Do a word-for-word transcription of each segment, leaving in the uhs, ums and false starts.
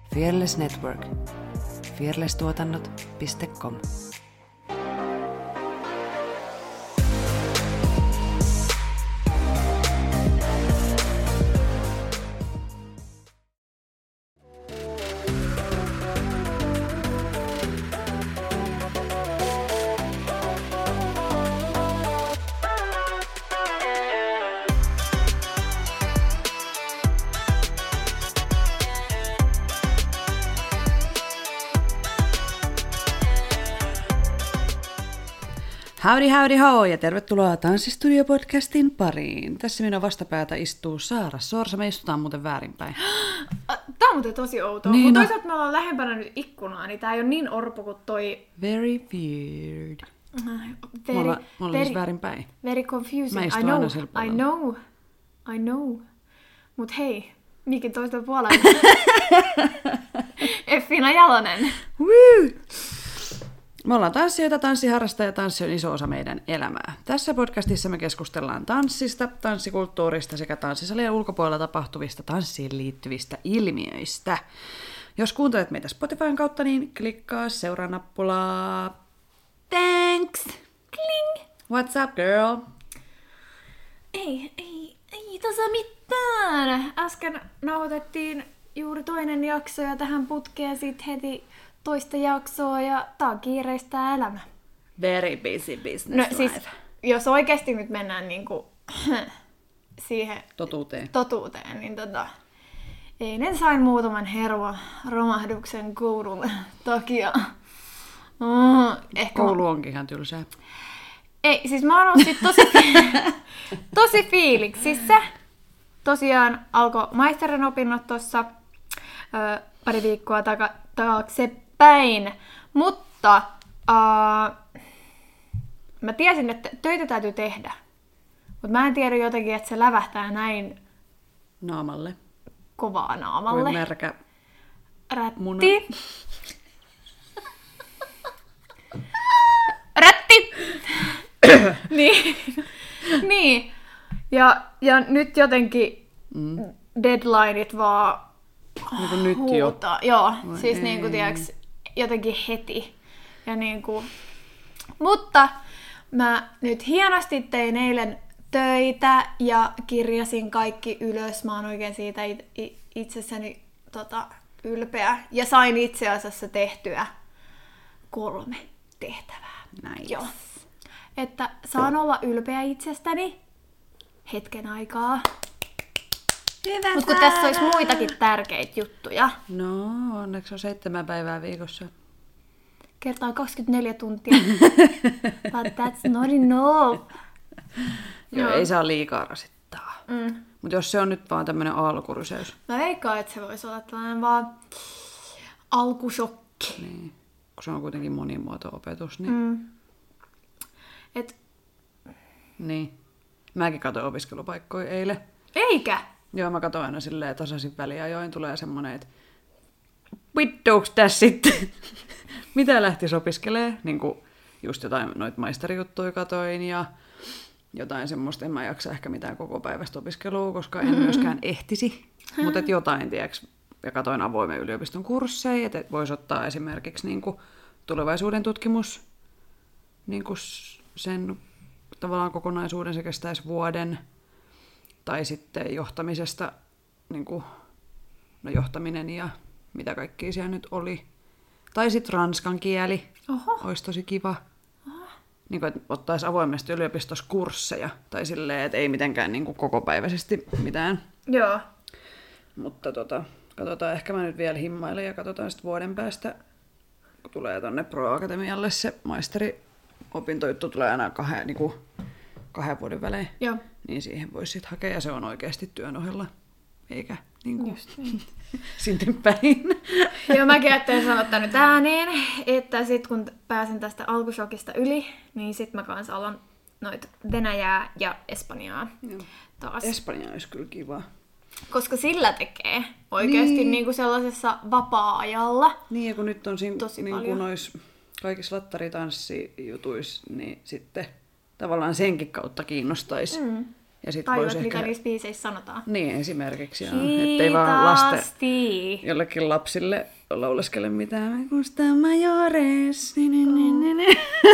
Fearless Network. fearless tuotannot piste com. Howdy, howdy, ho, ja tervetuloa Tanssistudio-podcastin pariin. Tässä minun vastapäätä istuu Saara Sorsa. Me istutaan muuten väärinpäin. Tää on muuten tosi outoa, niin, mutta no. toisaalta me ollaan lähempänä nyt ikkunaa, niin tää ei ole niin orpo kuin toi... Very weird. Very, me ollaan, me ollaan very, siis väärinpäin. very confusing. Mä I istun know, aina sillä I puolella. know, I know. Mut hei, mikin toista puolella. Effina Jalonen. Woo! Me ollaan tanssijoita, tanssiharrastajia ja tanssi on iso osa meidän elämää. Tässä podcastissa me keskustellaan tanssista, tanssikulttuurista sekä tanssisalien ulkopuolella tapahtuvista tanssiin liittyvistä ilmiöistä. Jos kuuntelet meitä Spotifyn kautta, niin klikkaa seuraa-nappulaa. Thanks! Kling! What's up, girl? Ei, ei, ei tässä mitään. Äsken nauhoitettiin juuri toinen jakso ja tähän putkeen sit heti toista jaksoa ja tää on kiireistä elämä. Very busy business No life. siis, jos oikeesti nyt mennään niinku siihen Totuuteen. totuuteen, niin tota, eilen sain muutaman hermo romahduksen koulun takia. Mm, ehkä Koulu onkin ihan tylsää. Ei, siis mä oon ollut sit tosi, tosi fiiliksissä. Tosiaan alkoi maisterin opinnot tossa ö, pari viikkoa taka, taaksepäin, mutta ö, mä tiesin, että töitä täytyy tehdä. Mutta mä en tiedä jotenkin, että se lävähtää näin Naamalle. kovaa naamalle. Kuin märkä Rätti. muna. Rätti! niin. niin. Ja, ja nyt jotenkin Mm. deadlineit vaan Niin kuin nyt jo. huutaa. Joo, Voi siis ei. niinku tiiäks, jotenkin heti. Ja niinku... Mutta mä nyt hienosti tein eilen töitä ja kirjasin kaikki ylös. Mä oon oikein siitä it- it- itsessäni tota, ylpeä. Ja sain itse asiassa tehtyä kolme tehtävää. Nice. Joo. Että saan olla ylpeä itsestäni hetken aikaa. Hyvä. Mutta kun tässä olisi muitakin tärkeitä juttuja. No, onneksi on seitsemän päivää viikossa. Kertaa kaksikymmentäneljä tuntia. But that's not enough. Joo, Joo. ei saa liikaa rasittaa. Mm. Mutta jos se on nyt vaan tämmönen alkuryseys, Mä veikkaan, että se voisi olla tällainen vaan alkusokki. niin kun se on kuitenkin monimuoto-opetus, niin, Mm. Et, niin. Mäkin katsoin opiskelupaikkoja eilen. eikä! Joo, mä katsoin aina silleen tasaisin väliajoin. Tulee semmonen, että vittuuks tässä sitten? Mitä lähtis opiskelee? Niin kuin just jotain noita maisterijuttuja katoin ja jotain semmoista. En mä jaksa ehkä mitään koko päivästä opiskelua, koska en myöskään ehtisi. Mutta jotain, tiedäks, ja katoin avoimen yliopiston kursseja, että voisi ottaa esimerkiksi niin kuin tulevaisuuden tutkimus, niin kuin sen tavallaan kokonaisuuden, se kestäisi vuoden. Tai sitten johtamisesta, niin kuin, no johtaminen ja mitä kaikkia siellä nyt oli. Tai sitten ranskan kieli, Oho. olisi tosi kiva. Niin kuin, että ottaisi avoimesti yliopistossa kursseja. Tai silleen, että ei mitenkään niin kuin kokopäiväisesti mitään. Joo. Mutta tota, katsotaan, ehkä mä nyt vielä himmailen ja katsotaan sitten vuoden päästä, kun tulee tonne Pro Akatemialle se maisteri-opintojuttu, tulee aina kahden, niin kuin kahden vuoden välein. Joo. Niin siihen voisi sitten hakea, ja se on oikeasti työn ohella, eikä niin kuin Just niin. sinne päin. Joo, mäkin ajattelin sanoa tän nyt ääneen, että sit kun pääsen tästä alkusokista yli, niin sit mä kanssa alan noit Venäjää ja Espanjaa Joo. taas. Espanja olisi kyllä kiva. Koska sillä tekee oikeasti Niin. niinku sellaisessa vapaa-ajalla. Niin, ja kun nyt on siinä Tosi niin kuin paljon. nois kaikissa lattaritanssijutuissa, niin sitten tavallaan senkin kautta kiinnostaisi Mm. Ja sit Tajuat, vois mitä ehkä... niissä biiseissä sanotaan. Niin, esimerkiksi. Joo. Ettei vaan lasten Hitaasti. jollekin lapsille lauleskele mitään. Kusta majores. Ni, ni, ni, ni, ni.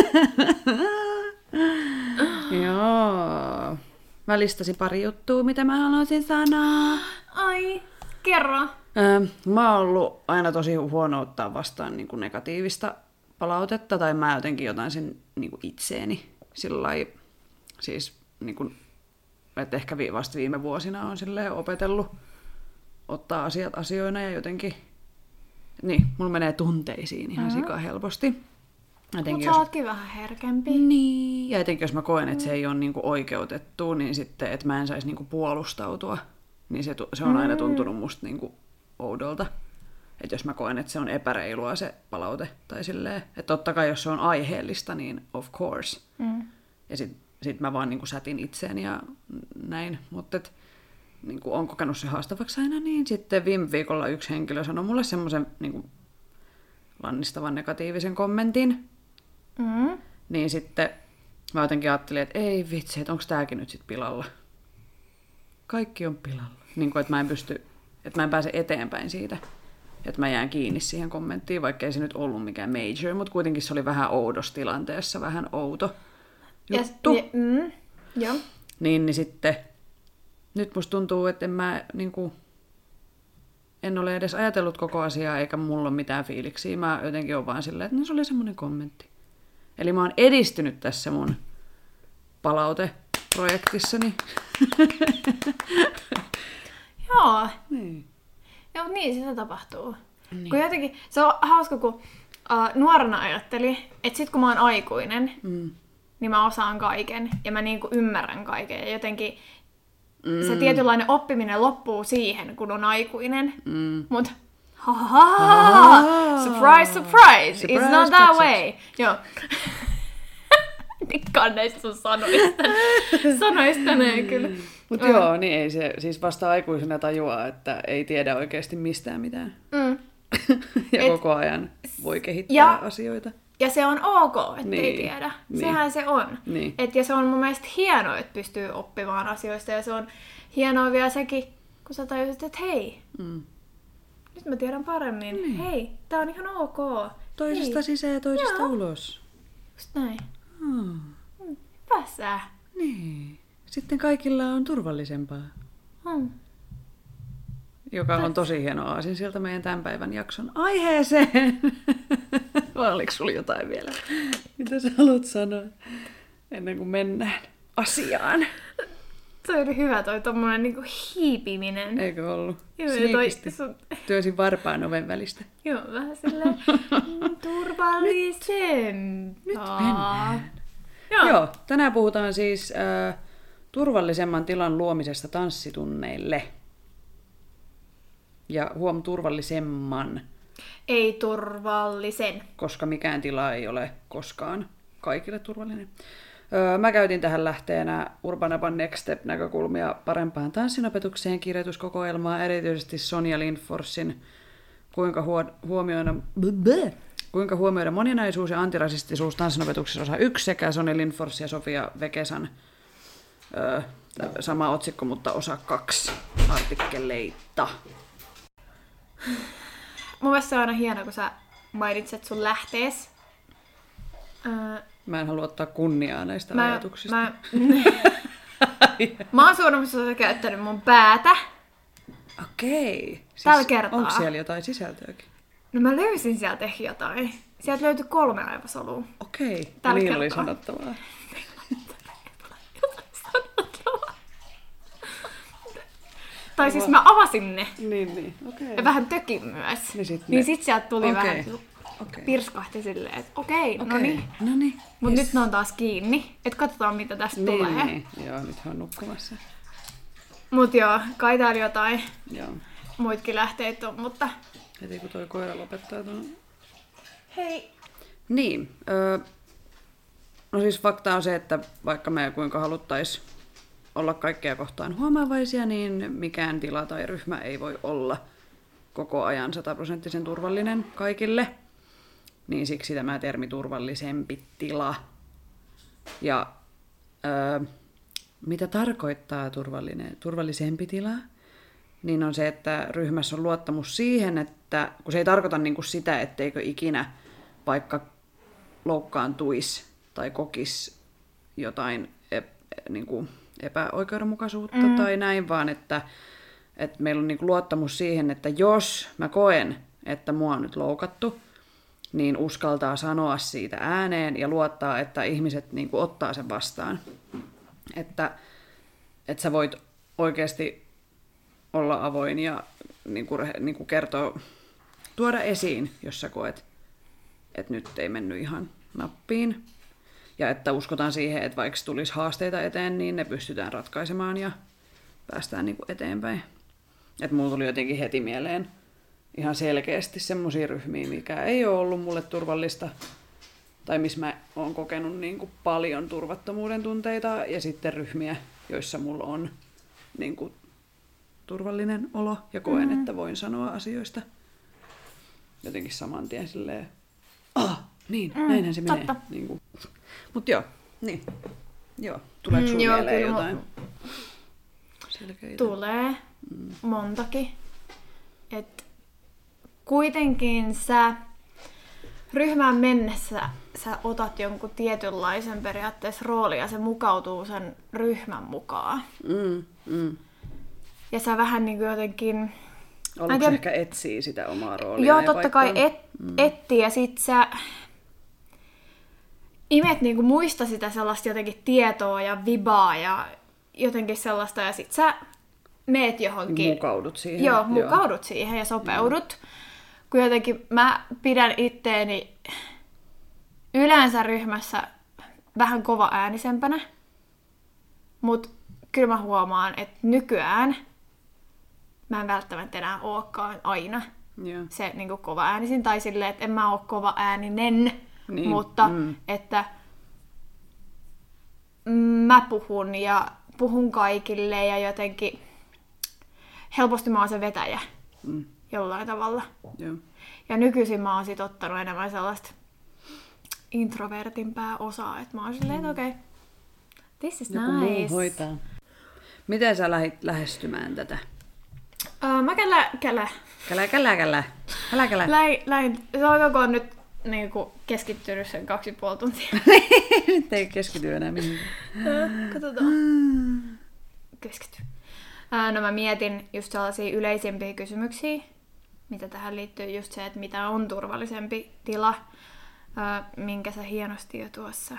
Joo. Mä listasin pari juttua, mitä mä haluaisin sanoa. Ai, kerro. Öö, mä oon ollut aina tosi huono ottaa vastaan niin kuin negatiivista palautetta, tai mä jotenkin jotain sen niin kuin itseeni. Sillai, siis, niin kuin, että ehkä vi- vasta viime vuosina on silleen opetellut ottaa asiat asioina ja jotenkin, niin, mulla menee tunteisiin ihan mm-hmm. sika helposti. Mutta jos... sä ootkin vähän herkempi. Niin, ja etenkin jos mä koen, että se ei ole niinku oikeutettu, niin sitten, että mä en saisi niinku puolustautua, niin se, se on aina tuntunut musta niinku oudolta. Että jos mä koen, että se on epäreilua se palaute, tai silleen, että totta kai jos se on aiheellista, niin of course. Mm. Ja sit, sit mä vaan niinku sätin itseäni ja näin, mutta niinku on kokenut se haastavaksi aina, niin sitten viime viikolla yksi henkilö sanoi mulle semmoisen niinku lannistavan negatiivisen kommentin. Mm. Niin sitten mä jotenkin ajattelin, että ei vitsi, että onko tääkin nyt sitten pilalla. Kaikki on pilalla. Niin kuin, että mä en pysty, että mä en pääse eteenpäin siitä. Että mä jään kiinni siihen kommenttiin, vaikka ei se nyt ollut mikään major, mutta kuitenkin se oli vähän oudossa tilanteessa, vähän outo juttu. Yes, yeah, mm, joo. Niin, niin sitten nyt musta tuntuu, että en mä niinku, en ole edes ajatellut koko asiaa, eikä mulla ole mitään fiiliksiä. Mä jotenkin oon vaan silleen, että no, se oli semmoinen kommentti. Eli mä oon edistynyt tässä mun palauteprojektissani. Joo. Niin. Joo, niin sitä tapahtuu. Niin. Kun jotenkin, se on hauska, kun uh, nuorena ajatteli, että sit kun mä oon aikuinen, mm. niin mä osaan kaiken ja mä niinku ymmärrän kaiken. Ja jotenkin mm. se tietynlainen oppiminen loppuu siihen, kun on aikuinen. Mm. Mut ha ha surprise, surprise, surprise, it's not that way. Joo. Dikkaan näistä sun sanoista. Sanoista näin kyllä. Mutta mm. joo, niin ei se siis vasta aikuisena tajuaa, että ei tiedä oikeasti mistään mitään. Mm. ja Et, koko ajan voi kehittää ja, asioita. Ja se on ok, että niin, ei tiedä. Niin. Sehän se on. Niin. Et, ja se on mun mielestä hienoa, että pystyy oppimaan asioista. Ja se on hienoa vielä sekin, kun sä tajusit, että hei, mm. nyt mä tiedän paremmin. Niin. Hei, tää on ihan ok. Toisesta hei. Sisään ja toisesta joo. ulos. Just näin. Hmm. Päässää. Niin. Sitten kaikilla on turvallisempaa. Hmm. Joka on tosi hieno aasin sieltä meidän tämän päivän jakson aiheeseen. Vai oliko sulla jotain vielä? Mitä sä haluat sanoa ennen kuin mennään asiaan? Toi oli hyvä toi tommonen niinku hiipiminen. Eikö ollut? Joo, toi sun... Työsin varpaan oven välistä. Joo, vähän silleen turvallisempaa. Nyt mennään. Joo. Joo, tänään puhutaan siis äh, turvallisemman tilan luomisesta tanssitunneille. Ja huom, turvallisemman. Ei turvallisen. Koska mikään tila ei ole koskaan kaikille turvallinen. Öö, mä käytin tähän lähteenä Urban Aban Next Step-näkökulmia parempaan tanssinopetukseen kirjoituskokoelmaa, erityisesti Sonja Lindforsin kuinka, huo- huomioida, bleh, kuinka huomioida moninaisuus ja antirasistisuus tanssinopetuksessa osa yksi sekä Sonja Lindfors ja Sofia Vekesan öö, sama otsikko, mutta osa kaksi artikkeleita. Mun mielestä se on aina hienoa, kun sä mainitset sun lähtees. Öö, Mä en halua ottaa kunniaa näistä mä, ajatuksista. Mä, mä oon suunnitelmassa käyttänyt mun päätä. Okei. Siis tällä kertaa. Onko siellä jotain sisältöäkin? No mä löysin sieltä ehkä jotain. Sieltä löytyi kolme aivosolua. Okei. Tällä niin oli sanottavaa. Tai siis mä avasin ne. Niin, niin. Okei. Ja vähän tökin myös. Niin sit, niin sit sieltä tuli okay. vähän okay. pirskahti silleen, että okei, okay, okay. no niin. No niin. Mut yes. nyt ne on taas kiinni. Et katsotaan mitä tästä niin, tulee. Niin, joo, nyt on nukkumassa. Mut joo, kai täällä jotain joo. muitkin lähteitä on, mutta... Heti kun toi koira lopettaa tuon. Hei! Niin. Öö, no siis fakta on se, että vaikka me kuinka haluttais olla kaikkea kohtaan huomaavaisia, niin mikään tila tai ryhmä ei voi olla koko ajan sataprosenttisen turvallinen kaikille. Niin siksi tämä termi turvallisempi tila. Ja öö, mitä tarkoittaa turvallinen, turvallisempi tila, niin on se, että ryhmässä on luottamus siihen, että kun se ei tarkoita niin kuin sitä, etteikö ikinä vaikka loukkaantuisi tai kokisi jotain ep, niin kuin epäoikeudenmukaisuutta mm. tai näin, vaan että, että meillä on niin kuin luottamus siihen, että jos mä koen, että mua on nyt loukattu, niin uskaltaa sanoa siitä ääneen ja luottaa, että ihmiset niin kuin ottaa sen vastaan. Että, että sä voit oikeasti olla avoin ja niin kuin, niin kuin kertoa, tuoda esiin, jos sä koet, että nyt ei mennyt ihan nappiin. Ja että uskotaan siihen, että vaikka tulisi haasteita eteen, niin ne pystytään ratkaisemaan ja päästään niin kuin eteenpäin. Että mulla tuli jotenkin heti mieleen ihan selkeästi semmoisia ryhmiä, mikä ei ole ollut mulle turvallista, tai missä mä oon kokenut niin kuin paljon turvattomuuden tunteita, ja sitten ryhmiä, joissa mulla on niin kuin turvallinen olo, ja koen, mm-hmm. että voin sanoa asioista jotenkin saman tien silleen, ah, niin, mm, näinhän se menee. Niin kuin. Mut joo, niin. Joo, tuleeko sun mm, mieleen joo, jotain selkeitä? Tulee mm. montakin. Et kuitenkin sä ryhmään mennessä sä otat jonkun tietynlaisen periaatteessa roolin ja se mukautuu sen ryhmän mukaan. Mm, mm. Ja sä vähän niin kuin jotenkin... Oliko ehkä etsii sitä omaa roolia? Joo, totta kai et, mm. etsii ja sit sä imet niinku muista sitä sellaista jotenkin tietoa ja vibaa ja jotenkin sellaista ja sit sä meet johonkin. Mukaudut siihen. Joo, mukaudut joo. siihen ja sopeudut. Mm. Kun jotenkin mä pidän itteeni yleensä ryhmässä vähän kova äänisempänä, mut kyllä mä huomaan, että nykyään mä en välttämättä enää olekaan aina yeah. se niin kuin kova äänisin, tai silleen, että en mä ole kova ääninen, niin. mutta mm. että mä puhun ja puhun kaikille ja jotenkin helposti mä oon se vetäjä mm. jollain tavalla. Yeah. Ja nykyisin mä oon sit ottanut enemmän sellaista introvertimpää osaa, että mä oon silleen, että okei, okay, this is joku nice. Muu hoitaa. Miten sä lähdit lähestymään tätä? Uh, mä kälä, kälä. Kälä, kälä, kälä. Kälä, kälä. Lähin, lähin. Se on koko nyt niin kuin keskittynyt sen kaksi ja puoli tuntia. Nyt ei keskity enää mihinkään. Katsotaan. Keskity. Uh, no mä mietin just sellaisia yleisempiä kysymyksiä, mitä tähän liittyy. Just se, että mitä on turvallisempi tila, uh, minkä sä hienosti jo tuossa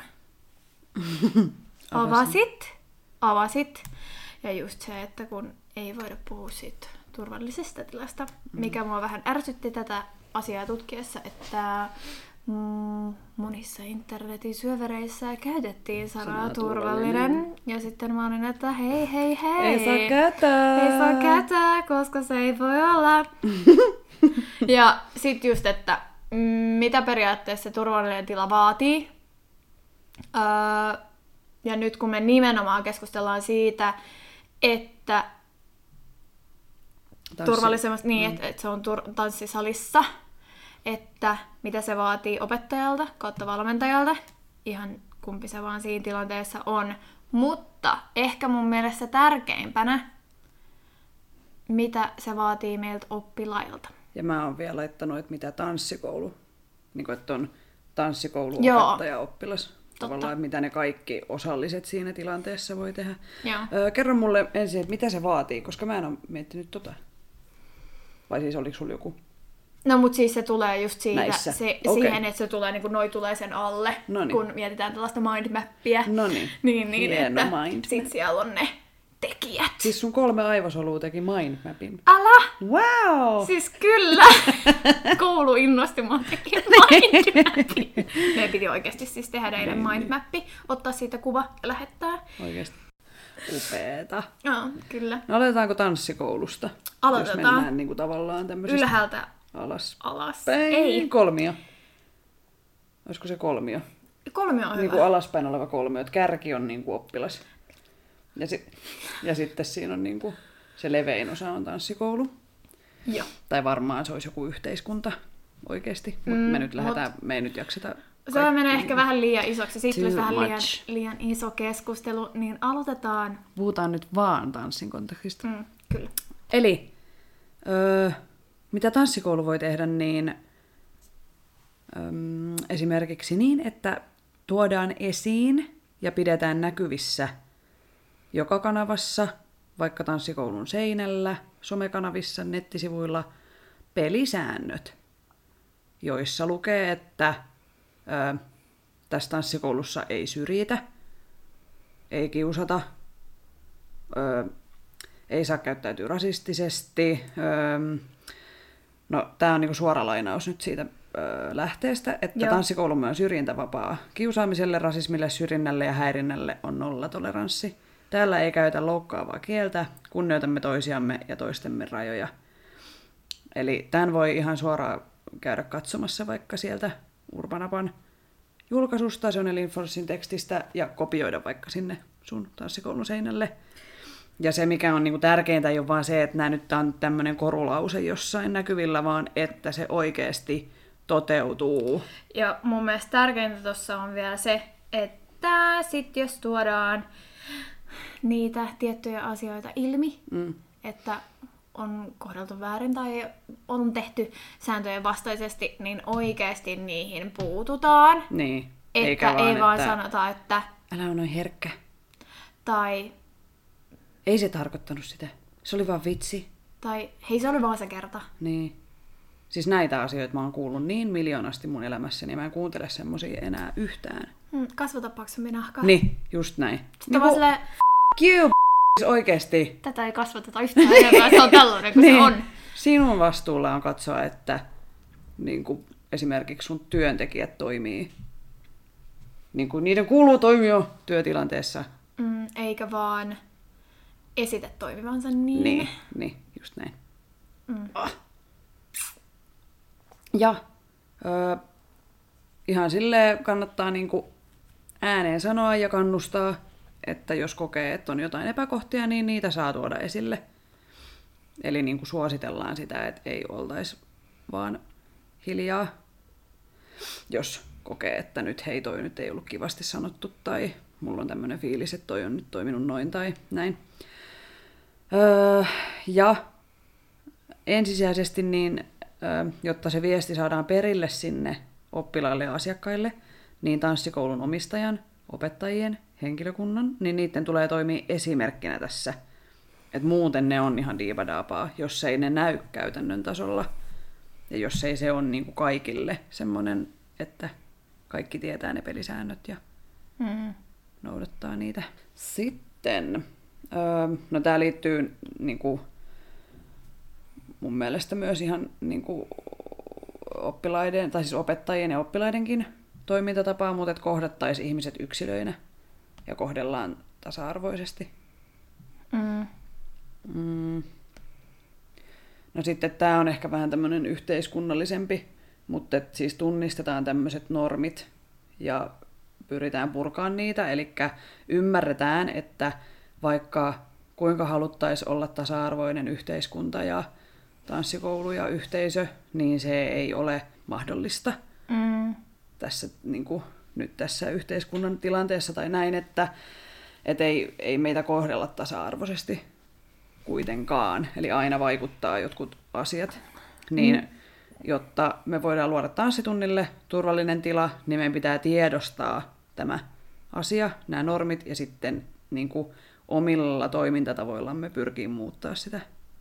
avasit. Avasit. Ja just se, että kun ei voida puhua siitä turvallisesta tilasta, mm. mikä mua vähän ärsytti tätä asiaa tutkiessa, että mm, monissa internetin syövereissä käytettiin sanaa turvallinen. turvallinen. Ja sitten mä olin, että hei, hei, hei. Ei saa kätää. Ei saa kätää, koska se ei voi olla. Ja sit just, että mm, mitä periaatteessa se turvallinen tila vaatii. Öö, ja nyt kun me nimenomaan keskustellaan siitä, että turvallisemmasta niin, mm. että, että se on tur- tanssisalissa, että mitä se vaatii opettajalta kautta valmentajalta, ihan kumpi se vaan siinä tilanteessa on. Mutta ehkä mun mielestä tärkeimpänä, mitä se vaatii meiltä oppilailta. Ja mä oon vielä laittanut, että mitä tanssikoulu, niin kuin, että on tanssikouluopettaja oppilas. Tavallaan, että mitä ne kaikki osalliset siinä tilanteessa voi tehdä. Öö, kerro mulle ensin, että mitä se vaatii, koska mä en ole miettinyt tota. Vai siis oliko sulla joku? No mut siis se tulee just siitä, se, okay. siihen, että se tulee, niin kuin noi tulee sen alle, Noniin. kun mietitään tällaista mindmappia. Noniin. niin, niin Hieno että mindmap. Sit siellä on ne tekijät. Siis sun kolme aivosolua teki mindmapin. Älä! Wow! Siis kyllä! Koulu innosti mua tekemään mindmapin. Meidän piti oikeasti siis tehdä meidän mindmappi, ottaa siitä kuva ja lähettää. Oikeasti. Upeeta. Joo, kyllä. No aloitetaanko tanssikoulusta? Aloitetaan. Jos mennään niin kuin tavallaan tämmöisestä ylhäältä alas. Alaspäin. Ei. Kolmio. Olisiko se kolmio? Kolmio on niin hyvä. Kuin alaspäin oleva kolmio. Että kärki on niin kuin oppilas. Ja, si- ja sitten siinä on niin kuin se levein osa on tanssikoulu. Joo. Tai varmaan se olisi joku yhteiskunta oikeasti. Mutta mm, me nyt lähdetään, mut... me ei nyt jakseta Se on mennyt ehkä vähän liian isoksi. Siitä tulisi vähän liian, much. liian iso keskustelu, niin aloitetaan. Puhutaan nyt vaan tanssin kontekstista. Mm, kyllä. Eli, öö, mitä tanssikoulu voi tehdä, niin öm, esimerkiksi niin, että tuodaan esiin ja pidetään näkyvissä joka kanavassa, vaikka tanssikoulun seinällä, somekanavissa, nettisivuilla, pelisäännöt, joissa lukee, että ö, tässä tanssikoulussa ei syrjitä, ei kiusata, ö, ei saa käyttäytyä rasistisesti. Ö, no, tämä on niinku suora lainaus nyt siitä ö, lähteestä, että Joo. tanssikoulumme on syrjintävapaa. Kiusaamiselle, rasismille, syrjinnälle ja häirinnälle on nollatoleranssi. Täällä ei käytä loukkaavaa kieltä, kunnioitamme toisiamme ja toistemme rajoja. Eli tämän voi ihan suoraan käydä katsomassa vaikka sieltä Urbanapan julkaisusta, se on Elinforcein tekstistä, ja kopioida vaikka sinne sun tanssikoulun seinälle. Ja se, mikä on niinku tärkeintä, ei ole vaan se, että nämä nyt on tämmöinen korulause jossain näkyvillä, vaan että se oikeasti toteutuu. Ja mun mielestä tärkeintä tuossa on vielä se, että sit jos tuodaan niitä tiettyjä asioita ilmi, mm. että on kohdeltu väärin tai on tehty sääntöjen vastaisesti, niin oikeasti niihin puututaan. Niin. Että Eikä vaan, ei vaan että sanota, että... älä ole noin herkkä. Tai... Ei se tarkoittanut sitä. Se oli vaan vitsi. Tai hei, se oli vaan se kerta. Niin. Siis näitä asioita mä oon kuullut niin miljoonasti mun elämässäni, ja mä en kuuntele semmosia enää yhtään. Hmm, kasvatapaksu minä nahkaa. Niin, just näin. Sitten vaan silleen, Kiu, oikeesti. tätä ei kasvateta yhtään enemmän, se on tällainen kuin Niin. se on. Sinun vastuulla on katsoa, että niin kuin esimerkiksi sun työntekijät toimii. Niin kuin niiden kuuluu toimia työtilanteessa. Mm, eikä vaan esitä toimivansa niin. Niin, niin just näin. Mm. Ah. Ja ö, ihan silleen kannattaa niinku ääneen sanoa ja kannustaa, että jos kokee, että on jotain epäkohtia, niin niitä saa tuoda esille. Eli niinku suositellaan sitä, että ei oltaisi vaan hiljaa, jos kokee, että nyt hei, toi nyt ei ollut kivasti sanottu, tai mulla on tämmöinen fiilis, että toi on nyt toiminut noin tai näin. Öö, ja ensisijaisesti, niin, öö, jotta se viesti saadaan perille sinne oppilaille ja asiakkaille, niin tanssikoulun omistajan, opettajien, henkilökunnan, niin niiden tulee toimia esimerkkinä tässä. Et muuten ne on ihan diivadaapaa, jos ei ne näy käytännön tasolla. Ja jos ei se ole niin kuin kaikille semmoinen, että kaikki tietää ne pelisäännöt ja Mm. noudattaa niitä. Sitten, öö, no tää liittyy niin kuin, mun mielestä myös ihan niin kuin, oppilaiden, tai siis opettajien ja oppilaidenkin toimintatapaa, mutta että kohdattaisiin ihmiset yksilöinä ja kohdellaan tasa-arvoisesti. Mm. Mm. No sitten tämä on ehkä vähän tämmöinen yhteiskunnallisempi, mutta et siis tunnistetaan tämmöiset normit ja pyritään purkaan niitä, eli ymmärretään, että vaikka kuinka haluttaisiin olla tasa-arvoinen yhteiskunta ja tanssikoulu ja yhteisö, niin se ei ole mahdollista Mm. tässä, niin kuin, nyt tässä yhteiskunnan tilanteessa tai näin, että et ei, ei meitä kohdella tasa-arvoisesti kuitenkaan. Eli aina vaikuttaa jotkut asiat. Niin, mm. jotta me voidaan luoda tanssitunnille turvallinen tila, niin meidän pitää tiedostaa tämä asia, nämä normit, ja sitten niin kuin, omilla toimintatavoillamme pyrkii muuttaa sitä.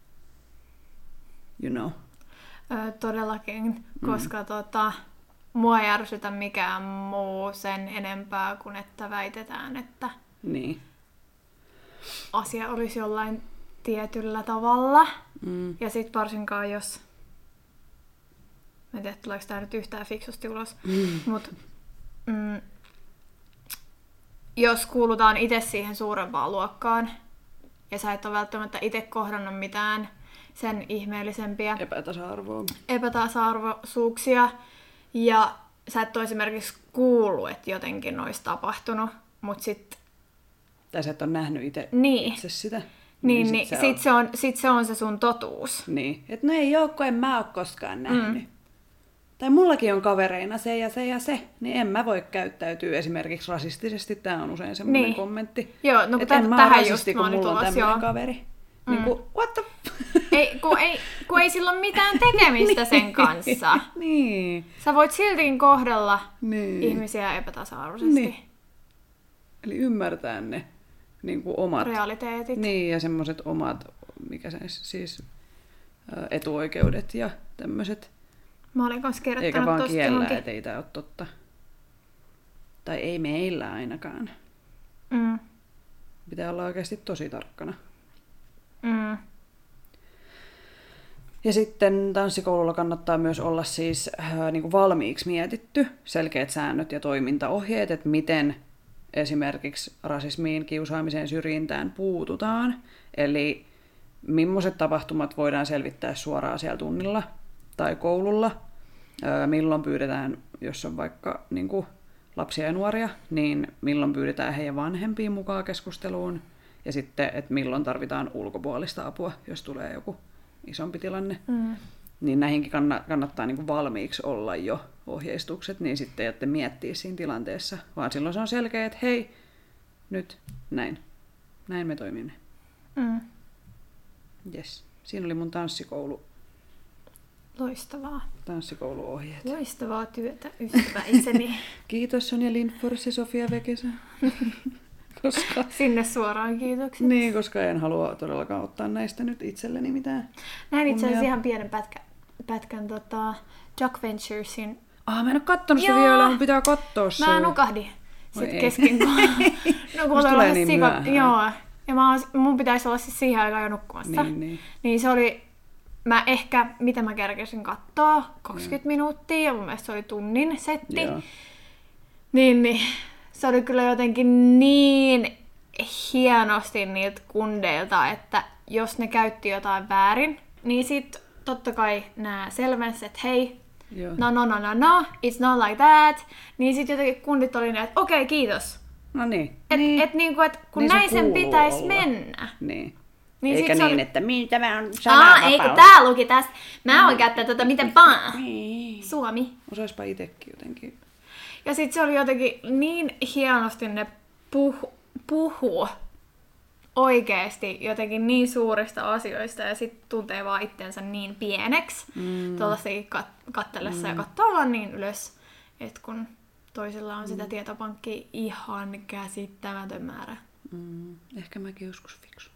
You know. Ö, todellakin, koska mm. tota, mua ei ärsytä mikään muu sen enempää kuin että väitetään, että Niin. asia olisi jollain tietyllä tavalla. Mm. Ja sit varsinkaan jos, mä en tiedä tuleeko tää nyt yhtään fiksusti ulos, Mm. mut mm, jos kuulutaan itse siihen suurempaan luokkaan ja sä et ole välttämättä itse kohdannut mitään sen ihmeellisempiä Epätasa-arvoa. epätasa-arvoisuuksia ja sä et ole esimerkiksi kuullut, että jotenkin olisi tapahtunut, mut sit Tai sä et ole nähnyt itse, niin, itse sitä. niin, sit niin sä sit, oot- se on, sit se on se sun totuus. Niin. Että no ei oo, kun en mä oo koskaan nähnyt. Mm. tai mullakin on kavereina se ja se ja se, niin en mä voi käyttäytyä esimerkiksi rasistisesti. Tämä on usein semmoinen niin. kommentti. Joo, no että en mä tähän rasisti, just kun mulla on tämmöinen joo. kaveri. Mm. Niin kuin, what the ei, kun, ei, kun ei sillä ole mitään tekemistä sen kanssa. niin. Sä voit siltikin kohdella niin. ihmisiä epätasa-arvoisesti. Niin. Eli ymmärtää ne niin kuin omat... realiteetit. Niin, ja semmoiset omat, mikä se siis, etuoikeudet ja tämmöiset. Mä olin kanssa kirjoittanut eikä vaan tosta kiellä, johonkin. että ei tää ole totta. Tai ei meillä ainakaan. Mm. Pitää olla oikeasti tosi tarkkana. Mm. Ja sitten tanssikoululla kannattaa myös olla siis äh, niin kuin valmiiksi mietitty selkeät säännöt ja toimintaohjeet, että miten esimerkiksi rasismiin, kiusaamiseen, syrjintään puututaan. Eli millaiset tapahtumat voidaan selvittää suoraan siellä tunnilla tai koululla. Äh, milloin pyydetään, jos on vaikka niin kuin lapsia ja nuoria, niin milloin pyydetään heidän vanhempiin mukaan keskusteluun. Ja sitten, että milloin tarvitaan ulkopuolista apua, jos tulee joku isompi tilanne. Mm. Niin näihinkin kannattaa niin kuin valmiiksi olla jo ohjeistukset, niin sitten ei jätte miettiä siinä tilanteessa. Vaan silloin se on selkeä, että hei, nyt näin. Näin me toimimme. Mm. Yes. Siinä oli mun tanssikoulu. Loistavaa. Tanssikouluohjeet. Loistavaa työtä, ystävä itseni. Kiitos Sonja Lindfors ja Sofia Vekesä. Koska... Sinne suoraan kiitokset. Niin, koska en halua todellakaan ottaa näistä nyt itselleni mitään. Näin itse asiassa kunnia. ihan pienen pätkä, pätkän tota, Jock Venturesin. Ah, mä en ole kattonut sitä Joo. vielä, mun pitää katsoa se. Mä nukahdin sit ei. kesken. Kun... no kun Musta se tulee oli niin sika... myöhään. Joo. Ja mä oon... mun pitäisi olla siis siihen aikaan jo nukkumassa. Niin, niin. Niin se oli... Mä ehkä, mitä mä kerkesin katsoa, kaksikymmentä minuuttia ja mun mielestä se oli tunnin setti. Joo. Niin, niin. Se oli kyllä jotenkin niin hienosti niiltä kundeilta, että jos ne käytti jotain väärin, niin sit totta kai nää selvensi, että hei, Joo. no no no no no, it's not like that. Niin sit jotenkin kundit oli ne, että okei, okay, kiitos. No niin. Et, niin. et niinku, et kun Niin se näin sen kuuluu pitäisi olla. mennä. Niin. Niin Eikä sit se niin, oli... että mitä mä on Aa, sananvapaus. eikö tää luki tästä? Mä voin käyttää tätä miten vaan. Niin. Suomi. Osaispa itekin jotenkin. Ja sit se oli jotenkin niin hienosti ne puhu, puhuu oikeesti jotenkin niin suurista asioista ja sit tuntee vaan itsensä niin pieneksi mm. tuollaistakin kat- kattellessa mm. ja katsoo vaan niin ylös, että kun toisilla on sitä mm. tietopankkia ihan käsittämätön määrä. Mm. Ehkä mäkin joskus fiksu.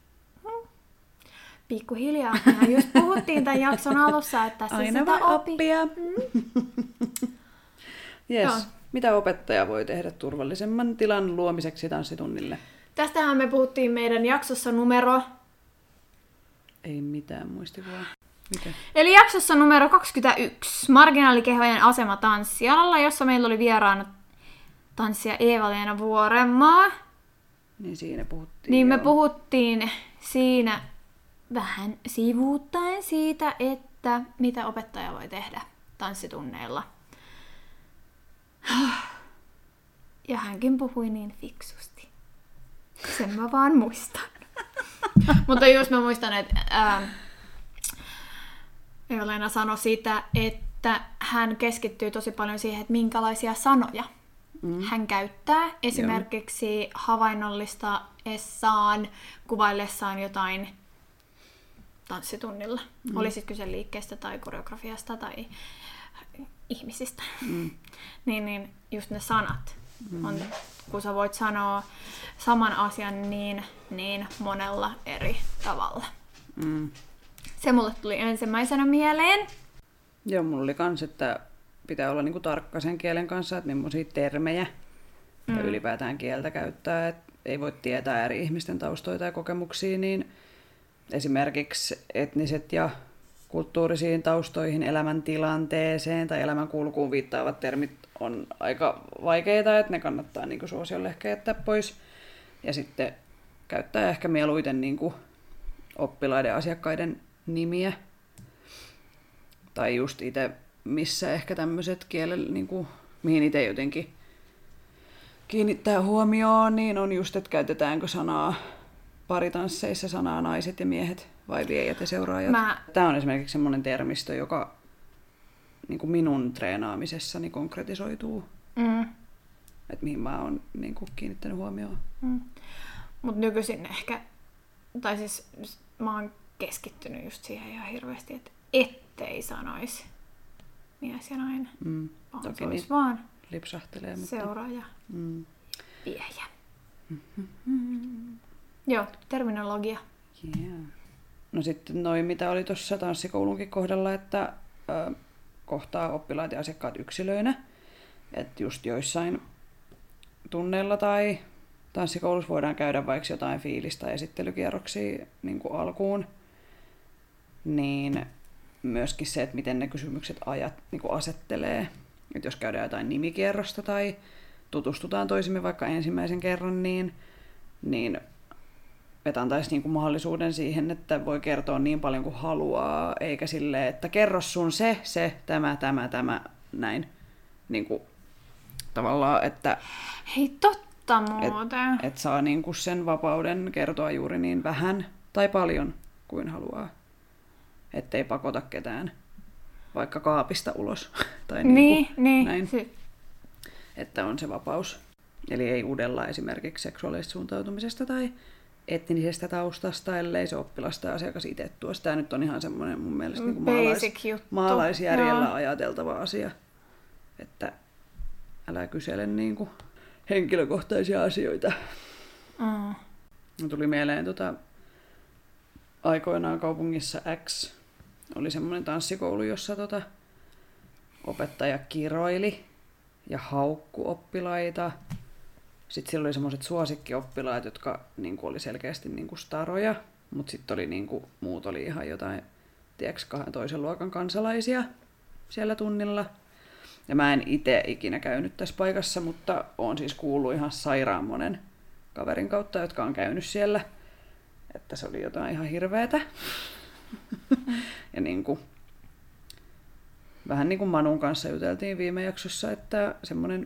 Pikkuhiljaa. Mehän just puhuttiin tämän jakson alussa, että tässä Aina sitä voi opi. oppia. Yes. Joo. Mitä opettaja voi tehdä turvallisemman tilan luomiseksi tanssitunnille? Tästähän me puhuttiin meidän jaksossa numero... Ei mitään muistikuvaa. Mitä? Eli jaksossa numero kaksikymmentäyksi, marginaalikehojen asema tanssialalla, jossa meillä oli vieraana tanssija Eeva-Leena Vuorenmaa. Niin siinä puhuttiin. Niin me joo. puhuttiin siinä vähän sivuuttaen siitä, että mitä opettaja voi tehdä tanssitunneilla. Ja hänkin puhui niin fiksusti. Sen mä vaan muistan. Mutta just mä muistan, että ää, Eeva-Leena sanoi sitä, että hän keskittyy tosi paljon siihen, että minkälaisia sanoja mm. hän käyttää. Esimerkiksi Joo. havainnollistaessaan, kuvaillessaan jotain tanssitunnilla. Mm. Oli sitten kyse liikkeestä tai koreografiasta tai ihmisistä. Mm. niin, niin just ne sanat. Mm. On, kun sä voit sanoa saman asian niin, niin monella eri tavalla. Mm. Se mulle tuli ensimmäisenä mieleen. Joo, mulla oli kans, että pitää olla niinku tarkka sen kielen kanssa, että millaisia termejä mm. ja ylipäätään kieltä käyttää. Et ei voi tietää eri ihmisten taustoita ja kokemuksia, niin esimerkiksi etniset ja kulttuurisiin taustoihin, elämäntilanteeseen tai elämänkulkuun viittaavat termit on aika vaikeita, että ne kannattaa niinku suosiolle ehkä jättää pois. Ja sitten käyttää ehkä mieluiten niinku oppilaiden asiakkaiden nimiä. Tai just itse, missä ehkä tämmöiset kielet, niinku, mihin itse jotenkin kiinnittää huomioon, niin on just, että käytetäänkö sanaa paritansseissa sanaa naiset ja miehet vai viejät ja seuraajat. Mä... Tämä on esimerkiksi semmoinen termistö, joka niin kuin minun treenaamisessani konkretisoituu. Mm. Että mihin mä oon niin kuin kiinnittänyt huomioon. Mm. Mut nykyisin ehkä, tai siis mä oon keskittynyt just siihen ihan hirveästi, että ettei sanoisi mies ja nainen. Mm. Vaan Toki se olisi niin vaan lipsahtelee. Mutta... seuraaja, Mm. viejä. Joo, terminologia. Yeah. No sitten noin, mitä oli tuossa tanssikoulunkin kohdalla, että ö, kohtaa oppilaat ja asiakkaat yksilöinä. Että just joissain tunneilla tai tanssikoulussa voidaan käydä vaikka jotain fiilistä ja esittelykierroksia niin kuin alkuun. Niin myöskin se, että miten ne kysymykset ajat, niin kuin asettelee. Että jos käydään jotain nimikierrosta tai tutustutaan toisimme vaikka ensimmäisen kerran, niin, niin että antaisi niinku mahdollisuuden siihen, että voi kertoa niin paljon kuin haluaa, eikä silleen, että kerro sun se, se, tämä, tämä, tämä, näin. Niinku, tavallaan, että Hei, totta muuten. et, et saa niinku sen vapauden kertoa juuri niin vähän tai paljon kuin haluaa. Ettei pakota ketään vaikka kaapista ulos. Tai Niin, niinku, niin. näin. Si- Että on se vapaus. Eli ei udella esimerkiksi seksuaalisesta suuntautumisesta tai etnisestä taustasta, ellei se oppilas tai asiakas itse tuo. Tämä nyt on ihan semmoinen mun mielestä niin kuin maalais, Basic juttu. maalaisjärjellä Joo. ajateltava asia. Että älä kysele niin kuin henkilökohtaisia asioita. Mm. Tuli mieleen tota, aikoinaan kaupungissa X oli semmoinen tanssikoulu, jossa tota, opettaja kiroili ja haukku oppilaita. Sitten siellä oli semmoiset suosikkioppilaat, jotka niin kuin oli selkeästi niin kuin staroja, mutta sitten oli niin kuin, muut oli ihan jotain, tiedätkö, kahden toisen luokan kansalaisia siellä tunnilla. Ja mä en itse ikinä käynyt tässä paikassa, mutta oon siis kuullut ihan sairaan monen kaverin kautta, jotka on käynyt siellä, että se oli jotain ihan hirveetä. Ja niin kuin, vähän niin kuin Manun kanssa juteltiin viime jaksossa, että semmoinen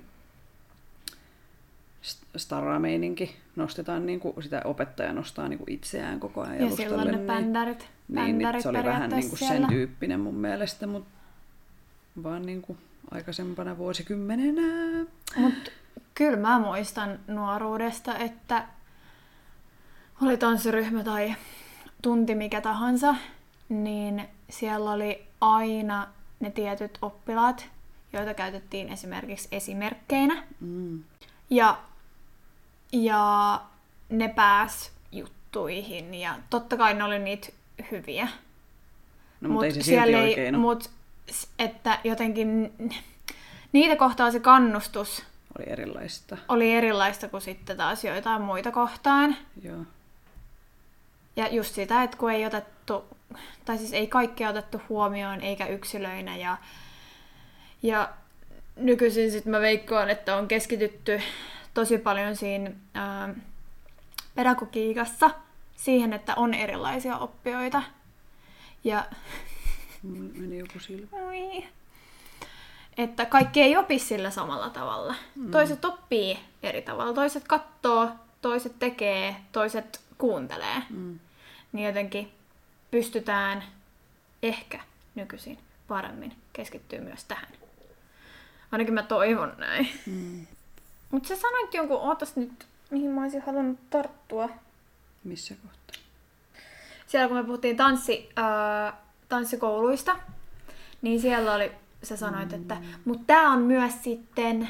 starameininki nostetaan, niin kuin, sitä opettaja nostaa niin kuin itseään koko ajan Ja jalustalle. silloin ne niin, bändärit, niin, bändärit niin, se oli vähän niin kuin sen siellä. tyyppinen mun mielestä, mutta vaan niin kuin aikaisempana vuosikymmenenä. Mut kyllä mä muistan nuoruudesta, että oli tanssiryhmä tai tunti mikä tahansa, niin siellä oli aina ne tietyt oppilaat, joita käytettiin esimerkiksi esimerkkeinä. Mm. Ja, ja ne pääs juttuihin ja totta kai ne oli niitä hyviä. No, mutta ei se silti oikein ole. Mut s- että jotenkin niitä kohtaan se kannustus Oli erilaista. oli erilaista kuin sitten taas joitain muita kohtaan. Joo. Ja just sitä, että kun ei otettu, tai siis ei kaikkea otettu huomioon eikä yksilöinä. Ja, ja nykyisin sitten mä veikkoan, että on keskitytty tosi paljon siinä ää, pedagogiikassa siihen, että on erilaisia oppijoita. Ja Mulla meni joku silmä. Oi. Että kaikki ei opi sillä samalla tavalla. Mm. Toiset oppii eri tavalla. Toiset katsoo, toiset tekee, toiset kuuntelee. Mm. Niin jotenkin pystytään ehkä nykyisin paremmin keskittyä myös tähän. Ainakin mä toivon näin. Mm. Mutta sä sanoit jonkun, ootas nyt, mihin mä olisin halunnut tarttua. Missä kohtaa? Siellä kun me puhuttiin tanssi, ää, tanssikouluista, niin siellä oli, sä sanoit, mm. että mutta tää on myös sitten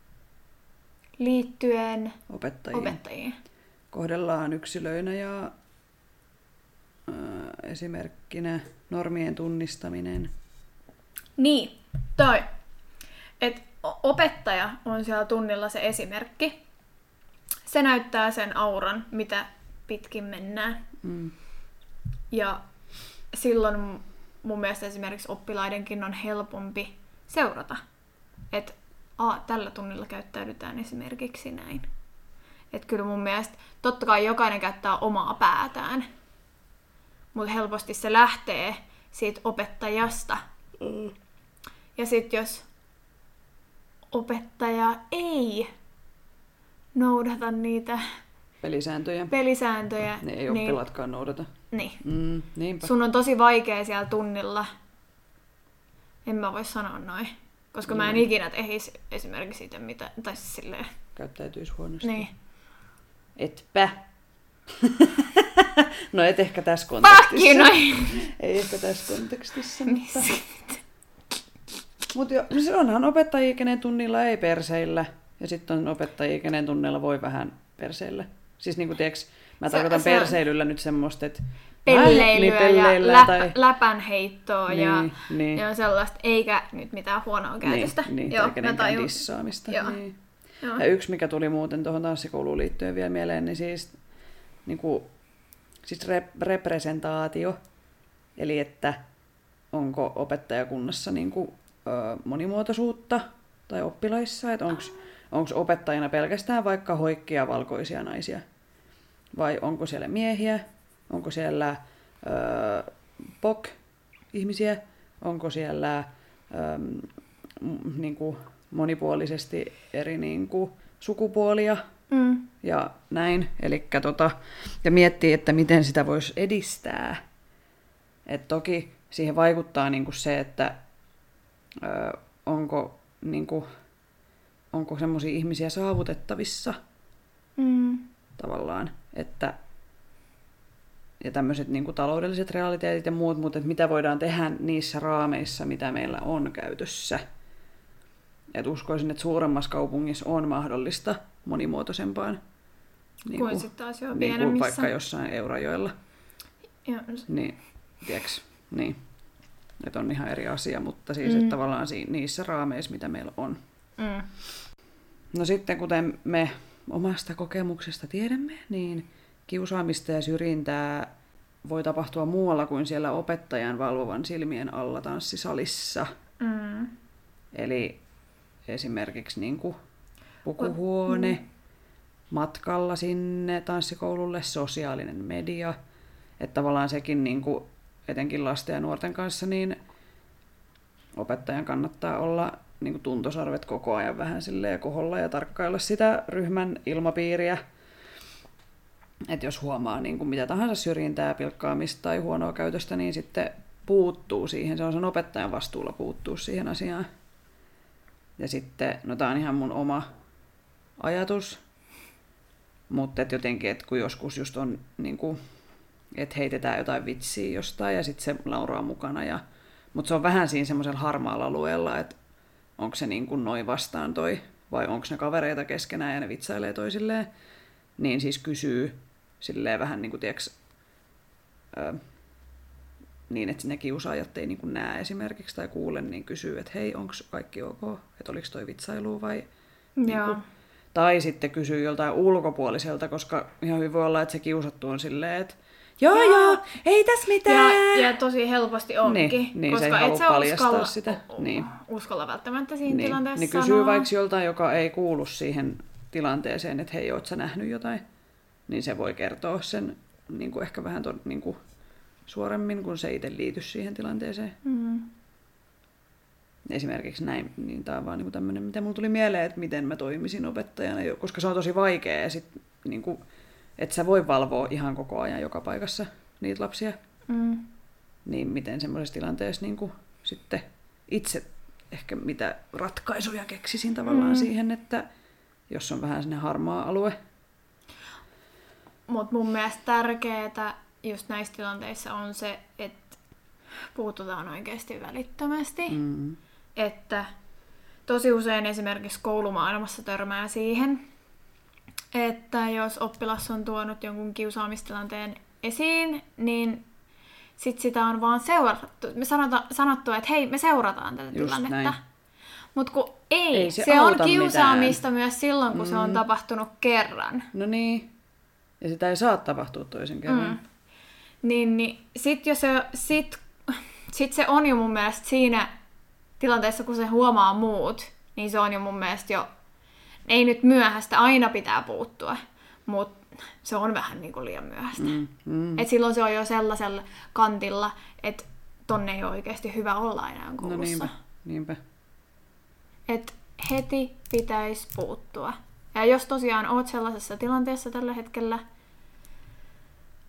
liittyen Opettajiin. opettajiin. Kohdellaan yksilöinä ja ää, esimerkkinä normien tunnistaminen. Niin, toi. Et o- opettaja on siellä tunnilla se esimerkki. Se näyttää sen auran, mitä pitkin mennään. Mm. Ja silloin mun mielestä esimerkiksi oppilaidenkin on helpompi seurata. Että a, tällä tunnilla käyttäydytään esimerkiksi näin. Että kyllä mun mielestä totta kai jokainen käyttää omaa päätään. Mutta helposti se lähtee siitä opettajasta. Mm. Ja sitten jos opettaja ei noudata niitä Pelisääntöjä. pelisääntöjä, Ne ei niin, oppilaatkaan noudata. niin Mm, niinpä. sun on tosi vaikea siellä tunnilla En mä voi sanoa noin. Koska mä en ikinä tehisi esimerkiksi siitä mitä, tai siis silleen. Käyttäytyisi huonosti. Niin. Etpä. No et ehkä tässä kontekstissa. Noin. Ei ehkä tässä kontekstissa, mutta... Mutta jo, no se onhan opettajia, kenen tunnilla ei perseillä. Ja sitten on opettajia, kenen tunnilla voi vähän perseillä. Siis niinku tiiäks, mä se, tarkoitan se perseilyllä on... nyt semmoista, että... Pelleilyä niin, pelleillä ja läp, tai... läpänheittoa niin, ja, niin. ja sellaista, eikä nyt mitään huonoa käytöstä. Niin, niin Joo, tai kenenkään dissaamista. Niin. Ja yksi, mikä tuli muuten tuohon tanssikouluun liittyen vielä mieleen, niin siis, niin kuin, siis rep- representaatio. Eli että onko opettajakunnassa niin kuin, ö, monimuotoisuutta tai oppilaissa, että onko opettajana pelkästään vaikka hoikkia valkoisia naisia, vai onko siellä miehiä, onko siellä ö, P O C-ihmisiä, onko siellä ö, m- niin kuin monipuolisesti eri niin kuin, sukupuolia mm. ja näin. Elikkä, tota, ja miettii, että miten sitä voisi edistää. Et toki siihen vaikuttaa niin kuin se, että ö, onko, niin kuin, onko semmoisia ihmisiä saavutettavissa mm. tavallaan, että ja tämmöiset niin kuin taloudelliset realiteetit ja muut, mutta että mitä voidaan tehdä niissä raameissa, mitä meillä on käytössä. Et uskoisin, että suuremmassa kaupungissa on mahdollista monimuotoisempaan. Niin kuin, sitten taas jo niin kuin vaikka jossain Eurajoella. Ja. Niin, tiiäks, niin. Että on ihan eri asia, mutta siis mm. että tavallaan niissä raameissa, mitä meillä on. Mm. No sitten, kuten me omasta kokemuksesta tiedämme, niin kiusaamista ja syrjintää voi tapahtua muualla kuin siellä opettajan valvovan silmien alla tanssisalissa. Mm. Eli esimerkiksi niin kuin pukuhuone, mm. matkalla sinne tanssikoululle, sosiaalinen media. Että tavallaan sekin niin kuin, etenkin lasten ja nuorten kanssa, niin opettajan kannattaa olla niin kuin tuntosarvet koko ajan vähän silleen koholla ja tarkkailla sitä ryhmän ilmapiiriä. Että jos huomaa niin kuin mitä tahansa syrjintää, pilkkaamista tai huonoa käytöstä, niin sitten puuttuu siihen. Se on sen opettajan vastuulla puuttua siihen asiaan. Ja sitten, no tää on ihan mun oma ajatus, mutta et jotenkin, että kun joskus just on, niin kuin, että heitetään jotain vitsiä jostain ja sitten se nauraa mukana. Ja, mutta se on vähän siinä semmoisella harmaalla alueella, että onko se niin kuin noin vastaan toi, vai onko ne kavereita keskenään ja ne vitsailee toisilleen. Niin siis kysyy silleen vähän niin kuin, tiiäks, ö, niin, että ne kiusaajat ei niin kuin näe esimerkiksi tai kuule, niin kysyy, että hei, onko kaikki ok, että oliko toi vitsailu vai... Niin kuin, tai sitten kysyy joltain ulkopuoliselta, koska ihan hyvin voi olla, että se kiusattu on silleen, että joo joo, joo ei tässä mitään. Ja, ja tosi helposti onkin, niin, niin, koska se ei et sä paljastaa uskalla, sitä. Niin. uskalla välttämättä siinä niin. tilanteessa niin sanoa. kysyy vaikka joltain, joka ei kuulu siihen tilanteeseen, että hei, oot sä nähnyt jotain, niin se voi kertoa sen niin kuin ehkä vähän ton, niin kuin suoremmin, kun se itse liity siihen tilanteeseen. Mm. Esimerkiksi näin, niin tämä on vaan niin tämmöinen, mitä mulle tuli mieleen, että miten mä toimisin opettajana, koska se on tosi vaikea, ja sit, niin kuin, että sä voi valvoa ihan koko ajan joka paikassa niitä lapsia. Mm. Niin miten semmoisessa tilanteessa niin kuin, sitten itse ehkä mitä ratkaisuja keksisin tavallaan mm. siihen, että jos on vähän sinne harmaa alue. Mutta mun mielestä tärkeää just näissä tilanteissa on se, että puututaan oikeasti välittömästi. Mm. Että tosi usein esimerkiksi koulumaailmassa törmää siihen, että jos oppilas on tuonut jonkun kiusaamistilanteen esiin, niin sit sitä on vaan seurattu. Me sanota, sanottu, että hei, me seurataan tätä just tilannetta. Mutta kun ei, ei se, se on kiusaamista mitään. Myös silloin, kun mm. se on tapahtunut kerran. No niin, ja sitä ei saa tapahtua toisen kerran. Mm. Niin, niin sit, jos se, sit, sit se on jo mun mielestä siinä tilanteessa, kun se huomaa muut, niin se on jo mun mielestä jo, ei nyt myöhäistä, aina pitää puuttua, mutta se on vähän niin kuin liian myöhäistä. Mm, mm. Et silloin se on jo sellaisella kantilla, että tonne ei ole oikeasti hyvä olla enää koulussa. No niinpä, niinpä. Et heti pitäisi puuttua. Ja jos tosiaan oot sellaisessa tilanteessa tällä hetkellä,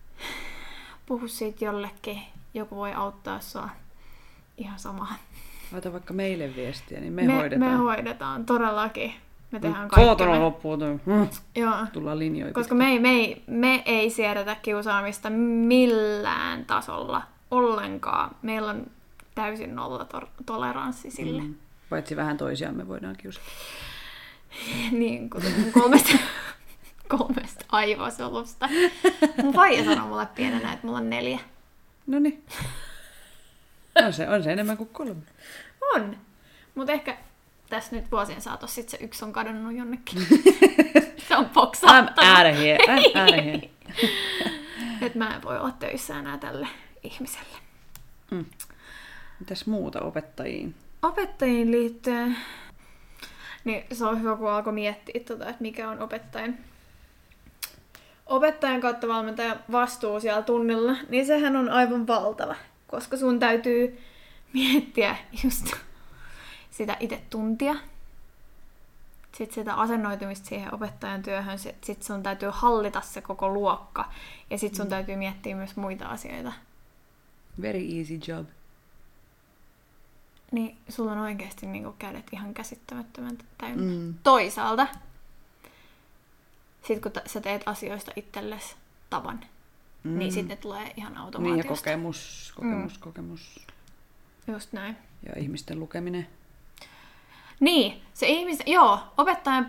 puhu siitä jollekin, joku voi auttaa sua ihan samaa. Laita vaikka meille viestiä, niin me, me hoidetaan. Me hoidetaan, todellakin. Me tehdään kaikki. Saatana loppuun. Mm. Joo. Tullaan linjoja. Koska me ei, me, ei, me ei siedetä kiusaamista millään tasolla ollenkaan. Meillä on täysin nolla to- toleranssi sille. Mm. Paitsi vähän toisiaan me voidaan kiusata. Niin, kuten kolmesta, kolmesta aivosolusta. Mun faija sanoi mulle pienenä, että mulla on neljä. Noniin. On se, on se enemmän kuin kolme. On. Mutta ehkä tässä nyt vuosien saatossa sit se yksi on kadonnut jonnekin. Se on poksahtanut. I'm out of here. I'm out of here. Että mä en voi olla töissä enää tälle ihmiselle. Mm. Mitäs muuta opettajiin? Opettajiin liittyen, niin se on hyvä, kun alkoi miettiä, tota, että mikä on opettajan, opettajan kautta valmentajan vastuu siellä tunnilla, niin sehän on aivan valtava, koska sun täytyy miettiä just sitä itse tuntia, sitten sitä asennoitumista siihen opettajan työhön, sitten sun täytyy hallita se koko luokka, ja sitten sun täytyy miettiä myös muita asioita. Very easy job. Niin sulla on oikeasti niinku kädet ihan käsittämättömän täynnä. Mm. Toisaalta, sit kun t- sä teet asioista itsellesi tavan, mm. niin sitten ne tulee ihan automaatiosta. Niin ja kokemus, kokemus, mm. kokemus. Just näin. Ja ihmisten lukeminen. Niin, se ihmis... Joo, opettajan...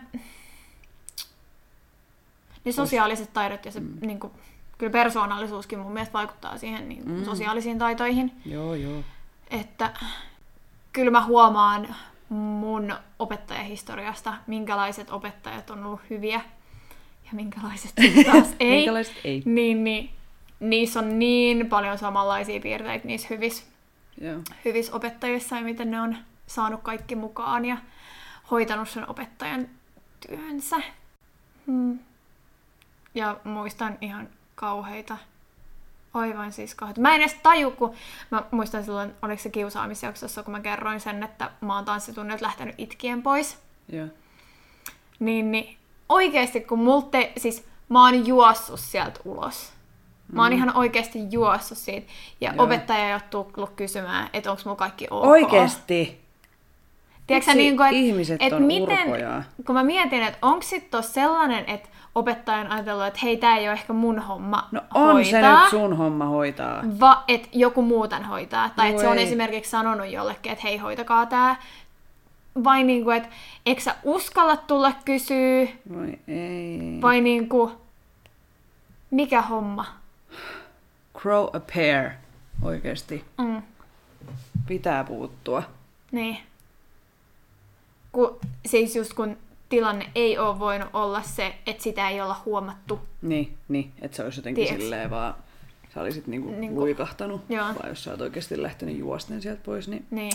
Ne sosiaaliset taidot ja se mm. niinku, kyllä persoonallisuuskin mun mielestä vaikuttaa siihen niin mm. sosiaalisiin taitoihin. Joo, joo. Että kyllä mä huomaan mun opettajahistoriasta, minkälaiset opettajat on ollut hyviä ja minkälaiset taas ei. Minkälaiset ei. Niin, niin, niissä on niin paljon samanlaisia piirteitä niissä hyvissä, Joo. hyvissä opettajissa ja miten ne on saanut kaikki mukaan ja hoitanut sen opettajan työnsä. Hmm. Ja muistan ihan kauheita. Aivan siis kauheita. Mä en edes taju, kun mä muistan silloin, oliko se kiusaamisjaksossa, kun mä kerroin sen, että mä oon tanssitunnilta lähtenyt itkien pois. Joo. Niin, niin oikeesti, kun multe, siis mä oon juossut sieltä ulos. Mä oon mm. ihan oikeesti juossut siitä. Ja Joo. opettaja ei ole tullut kysymään, että onko mulla kaikki ok. Oikeesti? Tiedätkö niin kuin, että, ihmiset että on miten, urpoja? Kun mä mietin, että onko sitten sellainen, että opettaja on ajatellut, että hei, tää ei ole ehkä mun homma no on hoitaa. se nyt sun homma hoitaa. Va, että joku muu tän hoitaa. Tai no että se on ei. esimerkiksi sanonut jollekin, että hei, hoitakaa tää. Vai niinku, että eikö sä uskalla tulla kysyä? Voi ei. Vai niinku, mikä homma? Grow a pair. Oikeesti. Mm. Pitää puuttua. Niin. Kun, siis just kun tilanne ei ole voinut olla se, että sitä ei olla huomattu. Niin, niin. Että se olisi jotenkin Tiedätkö? silleen vaan, sä olisit niinku Niinku, luikahtanut. joo. Vai jos sä oot oikeesti lähtenyt juosten sieltä pois, niin... Niin.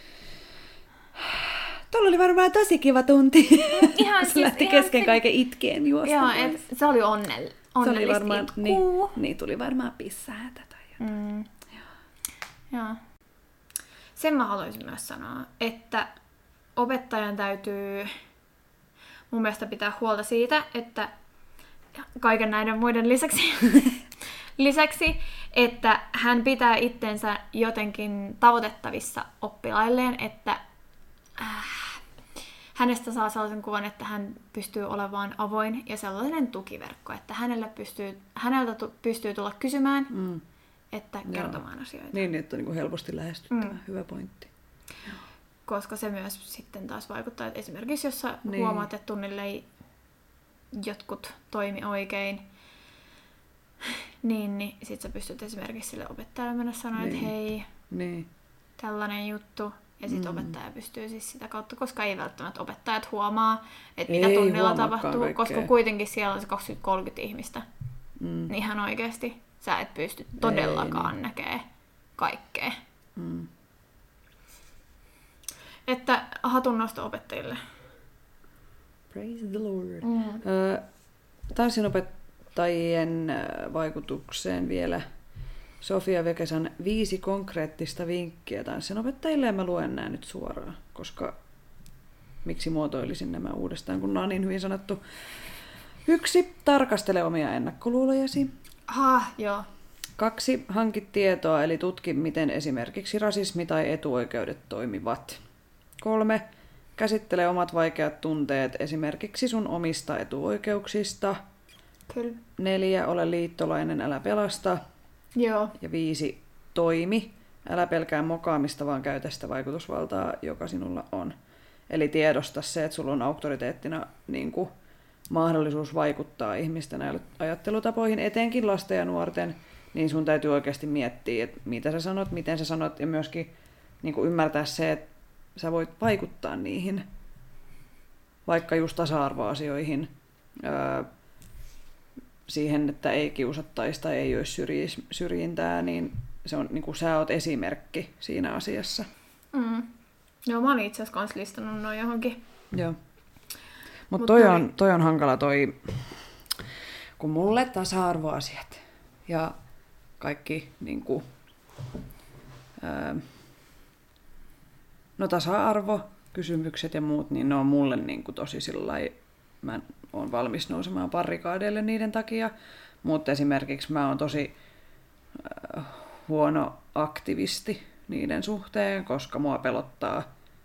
Tuolla oli varmaan tosi kiva tunti. Ihan se siis, lähti ihan kesken se... kaiken itkeen juosten Joo, pois. et se oli onnell... Se oli varmaan, onnellista niin, itkuu. niin, tuli varmaan pissäätä tai jotain. Mm. Joo. Sen mä haluaisin myös sanoa, että opettajan täytyy mun mielestä pitää huolta siitä, että kaiken näiden muiden lisäksi, lisäksi että hän pitää itsensä jotenkin tavoitettavissa oppilailleen, että äh, hänestä saa sellaisen kuvan, että hän pystyy olemaan avoin ja sellainen tukiverkko, että hänellä pystyy, häneltä tu, pystyy tulla kysymään, mm. että kertomaan asioita. Niin, että on niin kuin helposti lähestyttävä. Mm. Hyvä pointti. Koska se myös sitten taas vaikuttaa, että esimerkiksi jos sä niin. huomaat, että tunnille ei jotkut toimi oikein, niin, niin sit sä pystyt esimerkiksi sille opettajalle mennä sanoa, niin. että hei, niin. tällainen juttu. Ja sitten mm. opettaja pystyy siis sitä kautta, koska ei välttämättä opettajat huomaa, että ei mitä tunnilla tapahtuu, kaikkea. koska kuitenkin siellä on se kaksikymmentä kolmekymmentä ihmista. Mm. Niin ihan oikeasti sä et pysty todellakaan niin. näkemään kaikkea. Mm. Että hatunnosto opettajille. Praise the Lord. Mm. Ö, tanssinopettajien vaikutukseen vielä Sofia Vekesan viisi konkreettista vinkkiä tanssinopettajille, ja mä luen nämä nyt suoraan, koska miksi muotoilisin nämä uudestaan, kun nämä on niin hyvin sanottu. Yksi, tarkastele omia ennakkoluulojasi. Ha, joo. Kaksi, hanki tietoa, eli tutki, miten esimerkiksi rasismi tai etuoikeudet toimivat. Kolme, käsittele omat vaikeat tunteet esimerkiksi sun omista etuoikeuksista. Kyllä. Neljä, ole liittolainen, älä pelasta. Joo. Ja viisi, toimi. Älä pelkää mokaamista, vaan käytä sitä vaikutusvaltaa, joka sinulla on. Eli tiedosta se, että sulla on auktoriteettina niin kuin, mahdollisuus vaikuttaa ihmisten ajattelutapoihin, etenkin lasten ja nuorten, niin sun täytyy oikeasti miettiä, että mitä sä sanot, miten sä sanot, ja myöskin niin kuin ymmärtää se, että sä voit vaikuttaa niihin, vaikka just tasa-arvoasioihin, öö, siihen, että ei kiusattaisi tai ei olisi syrjintää, niin se on, niin kuin sä oot esimerkki siinä asiassa. Mm. Joo, mä oon itse asiassa kans listannut noin johonkin. Joo. Mutta Mut toi, toi... on, toi on hankala toi, kun mulle tasa-arvoasiat ja kaikki niinku, ää, no tasa-arvo, kysymykset ja muut, niin ne on mulle niinku tosi sillai, mä oon valmis nousemaan barrikaadeille niiden takia, mutta esimerkiksi mä oon tosi äh, huono aktivisti niiden suhteen, koska mua pelottaa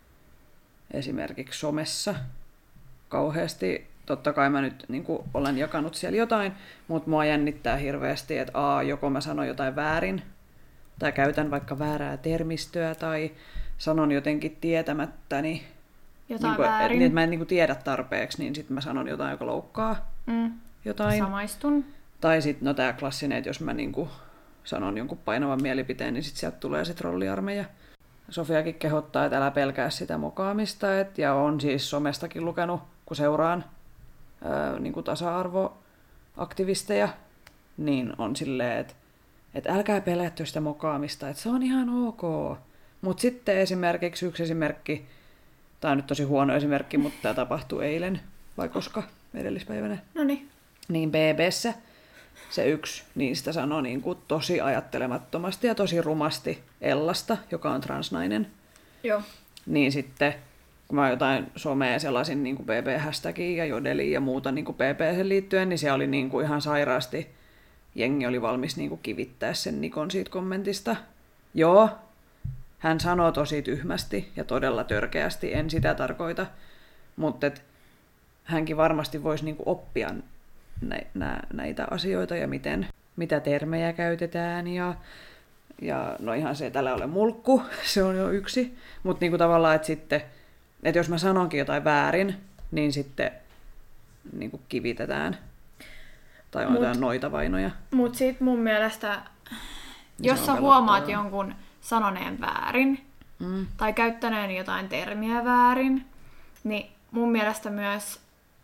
esimerkiksi somessa kauheasti. Totta kai mä nyt niin kuin, olen jakanut siellä jotain, mutta mua jännittää hirveästi, että a, joko mä sanon jotain väärin, tai käytän vaikka väärää termistöä, tai sanon jotenkin tietämättäni, jotain niin kuin, väärin. Niin, että mä en niin kuin, tiedä tarpeeksi, niin sitten mä sanon jotain, joka loukkaa Mm. jotain. Samaistun. Tai sitten no, tää klassinen, että jos mä niin kuin, sanon jonkun painavan mielipiteen, niin sitten sieltä tulee se trolliarmeija. Sofiakin kehottaa, että älä pelkää sitä mokaamista, et, ja on siis somestakin lukenut, kun seuraan ää, niin kuin tasa-arvoaktivisteja, niin on silleen, että et älkää pelätty sitä mokaamista, että se on ihan ok. Mutta sitten esimerkiksi yksi esimerkki, tämä on nyt tosi huono esimerkki, mutta tämä tapahtui eilen, vai koska edellispäivänä, Noniin. niin B B:ssä se yksi niistä sanoi niin kuin tosi ajattelemattomasti ja tosi rumasti Ellasta, joka on transnainen. Joo. Niin sitten, kun mä jotain somea selasin niin kuin B B-hashtagia ja jodeliin ja muuta niin kuin B B:hen liittyen, niin se oli niin kuin ihan sairaasti, jengi oli valmis niin kuin kivittää sen Nikon siitä kommentista. Joo, hän sanoo tosi tyhmästi ja todella törkeästi, en sitä tarkoita, mutta hänkin varmasti voisi niin kuin oppia nä- nä- näitä asioita ja miten, mitä termejä käytetään ja, ja no ihan se, että älä ole mulkku, se on jo yksi, mutta niinku tavallaan, että sitten, että jos mä sanonkin jotain väärin, niin sitten niinku kivitetään tai on Mut- jotain noita vainoja. Mut sit mun mielestä, Niin jos se sä on huomaat pelottavaa. jonkun sanoneen väärin, Mm. tai käyttäneen jotain termiä väärin, niin mun mielestä myös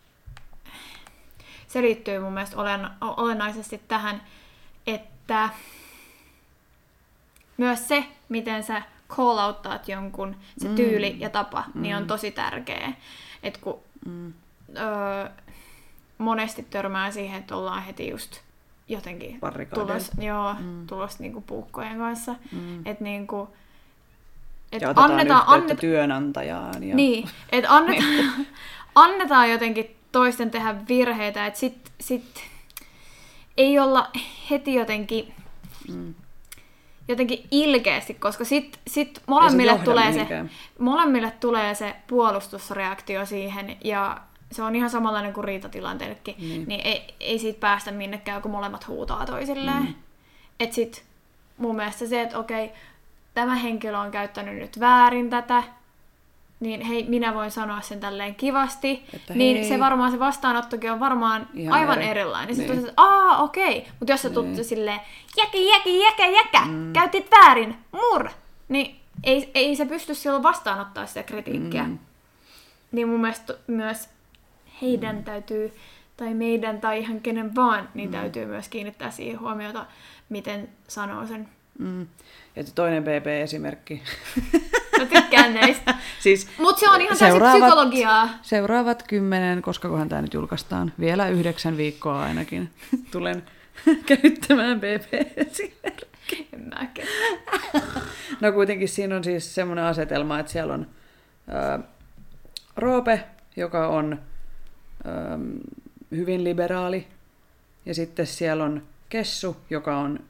se liittyy mun mielestä olen, olennaisesti tähän, että myös se, miten sä call outtaat jonkun, se tyyli mm. ja tapa, mm. niin on tosi tärkeä. Et kun Mm. öö, monesti törmää siihen, että ollaan heti just jotenkin Barrikaadeilla. tulos, joo, Mm. tulos niinku puukkojen kanssa. Mm. Että niinku, et Ja otetaan annetaan, yhteyttä annet, työnantajaan. Ja... niin, että annetaan, annetaan jotenkin toisten tehdä virheitä, että sit, sit ei olla heti jotenkin, Mm. jotenkin ilkeästi, koska sit, sit molemmille, johda tulee se, mihinkään. molemmille tulee se puolustusreaktio siihen, ja se on ihan samanlainen kuin riitatilanteellekin, Niin. niin ei, ei siitä päästä minnekään, kun molemmat huutaa toisilleen. Mm. Et sit mun mielestä se, että okei, tämä henkilö on käyttänyt nyt väärin tätä, niin hei, minä voin sanoa sen tälleen kivasti, Että niin hei. se varmaan se vastaanottokin on varmaan Ihan aivan eri. erilainen. Sitten Niin. niin. Aa, okei, mutta jos sä tulet Niin. silleen, jäki, jäki, jäkä, jäkä, mm. käytit väärin, mur, niin ei, ei se pysty silloin vastaanottaa sitä kritiikkiä. Mm. Niin mun mielestä myös heidän mm. täytyy, tai meidän, tai ihan kenen vaan, niin mm. täytyy myös kiinnittää siihen huomiota, miten sanoo sen. Mm. Ja se toinen B B-esimerkki. Mä tykkään näistä. Siis Mutta se on ihan täysin seuraavat- psykologiaa. Seuraavat kymmenen, koska kohan tämä nyt julkaistaan, vielä yhdeksän viikkoa ainakin, tulen käyttämään B B-esimerkkiä. En mäkään. No kuitenkin siinä on siis semmoinen asetelma, että siellä on ää, Roope, joka on ää, hyvin liberaali, ja sitten siellä on Kessu, joka on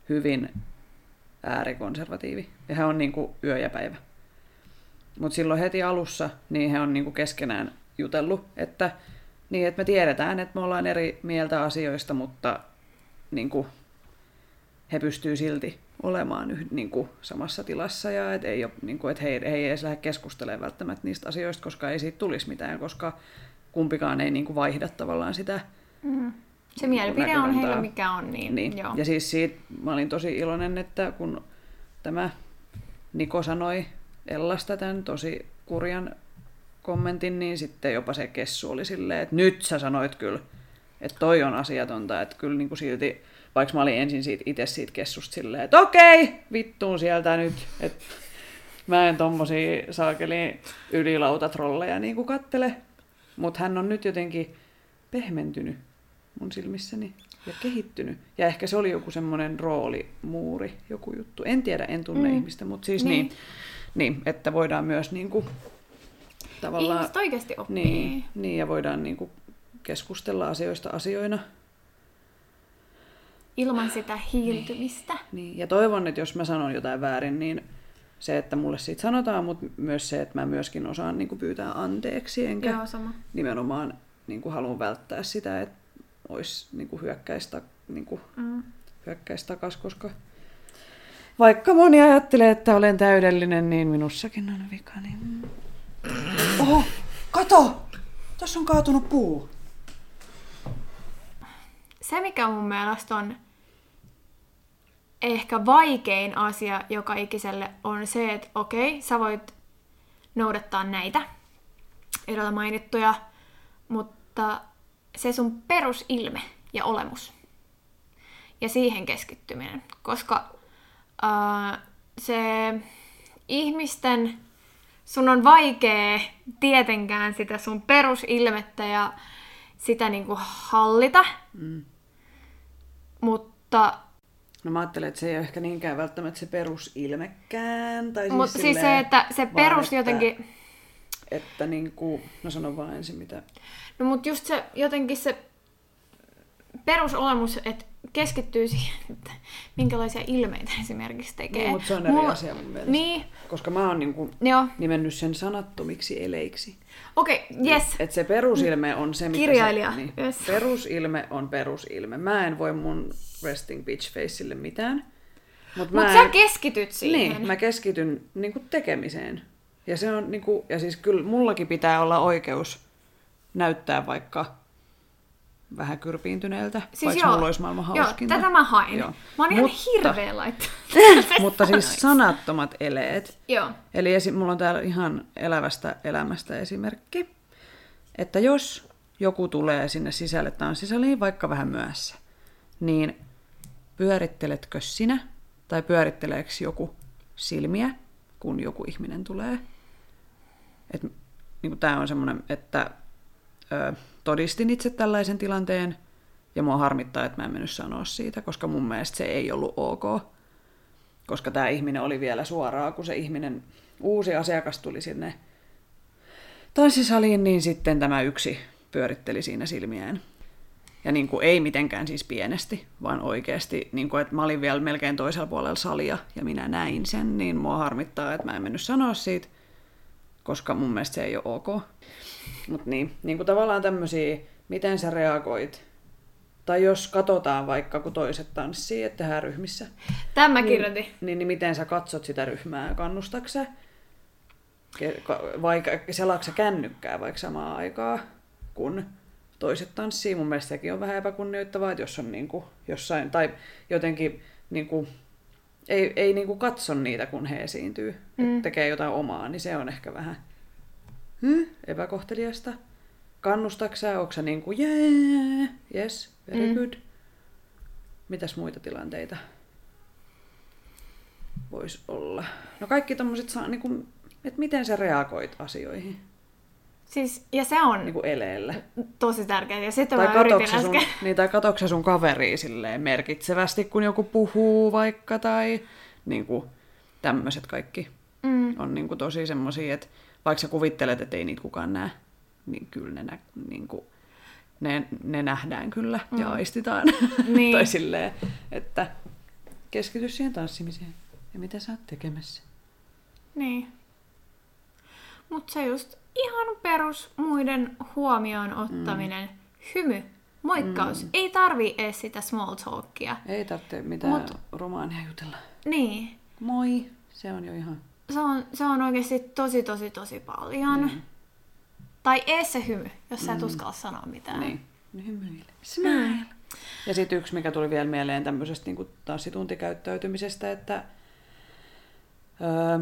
hyvin äärikonservatiivi. Ja he on niin kuin yö ja päivä. Mutta silloin heti alussa niin he on niin kuin keskenään jutellut, että, niin, että me tiedetään, että me ollaan eri mieltä asioista, mutta niin kuin, he pystyy silti olemaan yh, niin kuin, samassa tilassa ja et ei ole, niin kuin, että he, he ei edes lähde keskustelemaan välttämättä niistä asioista, koska ei siitä tulisi mitään, koska kumpikaan ei niin kuin, vaihda tavallaan sitä. Mm. Se mielipide on heillä mikä on. Niin, niin. Joo. Ja siis siitä mä olin tosi iloinen, että kun tämä Niko sanoi Ellasta tämän tosi kurjan kommentin, niin sitten jopa se Kessu oli silleen, että nyt sä sanoit kyllä, että toi on asiatonta, että kyllä niin kuin silti, vaikka mä olin ensin siitä, itse siitä Kessusta silleen, että okei, vittuun sieltä nyt, että mä en tommosia saakeli ylilautatrolleja niin kuin kattele, mutta hän on nyt jotenkin pehmentynyt mun silmissäni ja kehittynyt. Ja ehkä se oli joku semmoinen roolimuuri, joku juttu. En tiedä, en tunne mm. ihmistä, mutta siis niin. Niin, niin, että voidaan myös niinku tavallaan... Ihmiset oikeasti oppii. Niin, niin ja voidaan niinku keskustella asioista asioina. Ilman sitä hiiltymistä. Niin, niin. Ja toivon, että jos mä sanon jotain väärin, niin se, että mulle siitä sanotaan, mutta myös se, että mä myöskin osaan niinku pyytää anteeksi, enkä Joo, sama. nimenomaan niinku haluan välttää sitä, että olisi niinku hyökkäistä, niinku, Mm. hyökkäis takas, koska vaikka moni ajattelee, että olen täydellinen, niin minussakin on vika. Niin... Oho, kato! Tässä on kaatunut puu. Se, mikä mun mielestä on ehkä vaikein asia joka ikiselle, on se, että okei, sä voit noudattaa näitä edellä mainittuja, mutta se sun perusilme ja olemus ja siihen keskittyminen, koska uh, se ihmisten, sun on vaikea tietenkään sitä sun perusilmettä ja sitä niinku hallita, Mm. mutta No mä ajattelen, että se ei ole ehkä niinkään välttämättä se perusilmekään. Tai siis, Mutta siis silleen, se, että se perus että, jotenkin... Että niinku, no sano vaan ensin mitä. No mut just se jotenkin se perusolemus, että keskittyy siihen, että minkälaisia ilmeitä esimerkiksi tekee. Niin, mutta se on eri Mulla... asia mun mielestä. Niin. Koska mä oon niinku nimennyt sen sanattomiksi eleiksi. Okei, okay, yes. Et se perusilme on se, mitä Kirjailija, se, niin, yes. Perusilme on perusilme. Mä en voi mun resting bitch faceille mitään. Mutta Mut en... sä keskityt siihen. Niin, mä keskityn niinku tekemiseen. Ja, se on, niinku, ja siis kyllä mullakin pitää olla oikeus näyttää vaikka vähän kyrpiintyneeltä, siis vaikka joo, mulla olisi maailman hauskinta. Joo, tätä mä hain. Joo. Mä oon ihan Mutta- hirveä laittaa. Mutta siis sanattomat eleet. Joo. Eli esi- mulla on täällä ihan elävästä elämästä esimerkki, että jos joku tulee sinne sisälle tanssisaliin, vaikka vähän myöhässä, niin pyöritteletkö sinä tai pyöritteleekö joku silmiä, kun joku ihminen tulee? Et, niin tämä on semmoinen, että ö, todistin itse tällaisen tilanteen ja mua harmittaa, että mä en mennyt sanoa siitä, koska mun mielestä se ei ollut ok. Koska tämä ihminen oli vielä suoraan, kun se ihminen, uusi asiakas tuli sinne tanssisaliin, niin sitten tämä yksi pyöritteli siinä silmiään. Ja niin kuin ei mitenkään siis pienesti, vaan oikeasti, niin kuin, että mä olin vielä melkein toisella puolella salia ja minä näin sen, niin mua harmittaa, että mä en mennyt sanoa siitä, koska mun mielestä se ei ole ok. Mutta niin, niin kuin tavallaan tämmöisiä, miten sä reagoit, tai jos katsotaan vaikka, kun toiset tanssii, että tehdään ryhmissä. Tämä kirjoitin. Niin, niin, niin miten sä katsot sitä ryhmää, kannustatko sä? Vaikka selaatko sä kännykkää vaikka samaan aikaan, kun toiset tanssii. Mun mielestä sekin on vähän epäkunnioittavaa, että jos on niinku jossain, tai jotenkin niinku, ei, ei niinku katso niitä, kun he esiintyy, mm. että tekee jotain omaa, niin se on ehkä vähän hmm, epäkohteliasta. Kannustatko sä, onko sä niinku, yeah, yes, very Mm. good. Mitäs muita tilanteita voisi olla? No kaikki tommoset, saa, niinku, että miten sä reagoit asioihin Siis, ja se on niinku eleellä. tosi tärkeää. Ja sitten Tai mä yritin katoksa sun, äsken. niin, tai katoksa sun kaveria silleen merkitsevästi, kun joku puhuu vaikka, tai niinku, tämmöiset kaikki Mm. on niinku tosi semmosia, että vaikka sä kuvittelet, että ei niitä kukaan näe, niin kyllä ne, nä, niinku, ne, ne nähdään kyllä mm. ja aistitaan. Niin. Tai silleen, että keskity siihen tanssimiseen. Ja mitä sä oot tekemässä. Niin. Mut se just ihan perus muiden huomioon ottaminen. Mm. Hymy. Moikkaus. Mm. Ei tarvii edes sitä small talkia. Ei tarvitse mitään Mut, romaania jutella. Niin. Moi. Se on jo ihan... Se on, se on oikeasti tosi, tosi, tosi paljon. Mm. Tai ees se hymy, jos sä et mm. uskalla sanoa mitään. Niin. Hymyile. Smile. Mm. Ja sitten yksi, mikä tuli vielä mieleen tämmöisestä niin kuin tanssituntikäyttäytymisestä, että öö,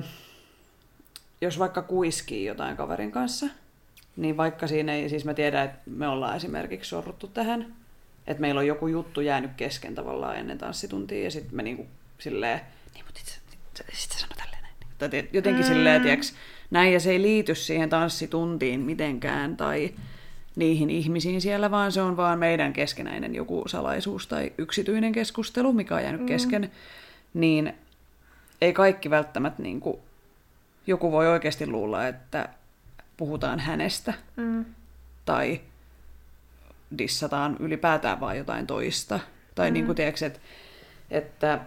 jos vaikka kuiskii jotain kaverin kanssa, niin vaikka siinä ei, siis mä tiedän, että me ollaan esimerkiksi sorruttu tähän, että meillä on joku juttu jäänyt kesken tavallaan ennen tanssituntia, ja sitten me niinku silleen, niin mutta sit, sit sä sano tälleen näin. Tai jotenkin mm. silleen, tiiäks, näin, ja se ei liity siihen tanssituntiin mitenkään, tai niihin ihmisiin siellä, vaan se on vaan meidän keskenäinen joku salaisuus tai yksityinen keskustelu, mikä on jäänyt mm. kesken, niin ei kaikki välttämättä, niin kuin, joku voi oikeasti luulla, että puhutaan hänestä mm. tai dissataan ylipäätään vaan jotain toista. Tai mm. niin kuin tiedätkö, että, että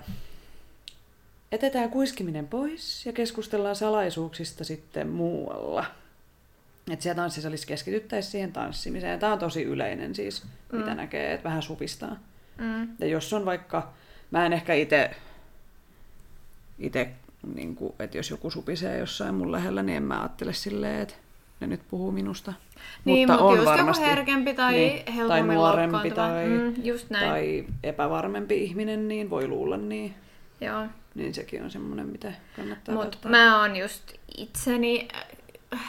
etetään kuiskiminen pois ja keskustellaan salaisuuksista sitten muualla. Että siellä tanssisalissa keskityttäisiin siihen tanssimiseen. Tämä on tosi yleinen siis, mm. mitä näkee, että vähän supistaa. Mm. Ja jos on vaikka, mä en ehkä itse, ite, niin kuin, että jos joku supisee jossain mun lähellä, niin en mä ajattele silleen, että ne nyt puhuu minusta. Niin, mutta on just varmasti joku herkempi tai niin, helpommin tai nuorempi tai, mm, just näin. tai epävarmempi ihminen, niin voi luulla niin. Joo. Niin sekin on semmoinen, mitä kannattaa Mut välttää. mä oon just itseni äh,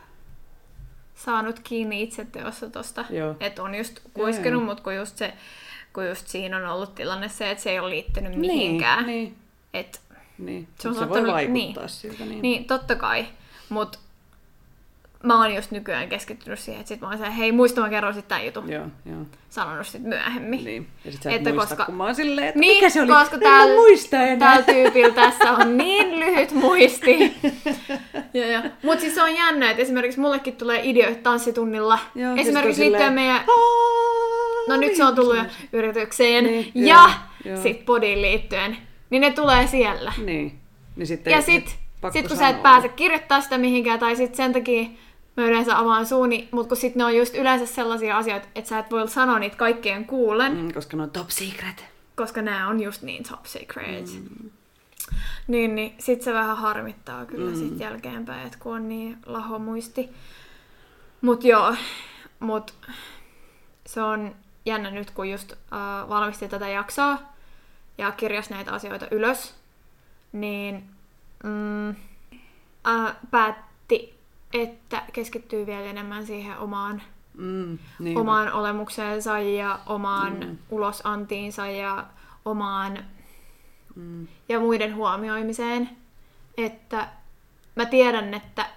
saanut kiinni itseteossa tosta, että on just kuiskenut, mutta kun just, se, kun just siinä on ollut tilanne se, että se ei ole liittynyt niin, mihinkään. Niin, Et niin. Se, on se saattanut, voi vaikuttaa niin, siltä. Niin. niin, totta kai. Mutta mä oon just nykyään keskittynyt siihen, että sit mä oon se, hei muista mä kerron sit tän jutun. Joo, joo. Sanonut sit myöhemmin. Niin. Ja sit sä et että muista, koska, kun mä oon silleen, että niin, mikä se oli? koska tääl, täällä tyypillä tässä on niin lyhyt muisti. ja, ja. Mut siis se on jännä, että esimerkiksi mullekin tulee ideoita tanssitunnilla. Joo, esimerkiksi liittyen silleen, meidän... No nyt se on tullut jo yritykseen. Niin, ja joo, sit podiin liittyen. Niin ne tulee siellä. Niin. Niin sitten ja sit, sit kun sä et pääse kirjoittaa sitä mihinkään, tai sit sen takia mä yleensä avaan suuni, mutta kun sit ne on just yleensä sellaisia asioita, että sä et voi sanoa niitä kaikkien kuulen. Mm, koska ne on top secret. Koska nämä on just niin top secret. Mm. Niin, niin sit se vähän harmittaa kyllä mm. sit jälkeenpäin, että kun on niin laho muisti. Mut joo, mut se on jännä nyt, kun just äh, valmisti tätä jaksoa ja kirjasi näitä asioita ylös, niin mm, äh, päätti, että keskittyy vielä enemmän siihen omaan, mm, niin omaan olemukseensa ja omaan mm. ulosantiinsa ja omaan mm. ja muiden huomioimiseen. Että mä tiedän, että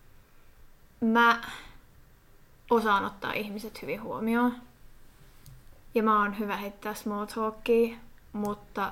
mä osaan ottaa ihmiset hyvin huomioon. Ja mä oon hyvä heittää small talkia, mutta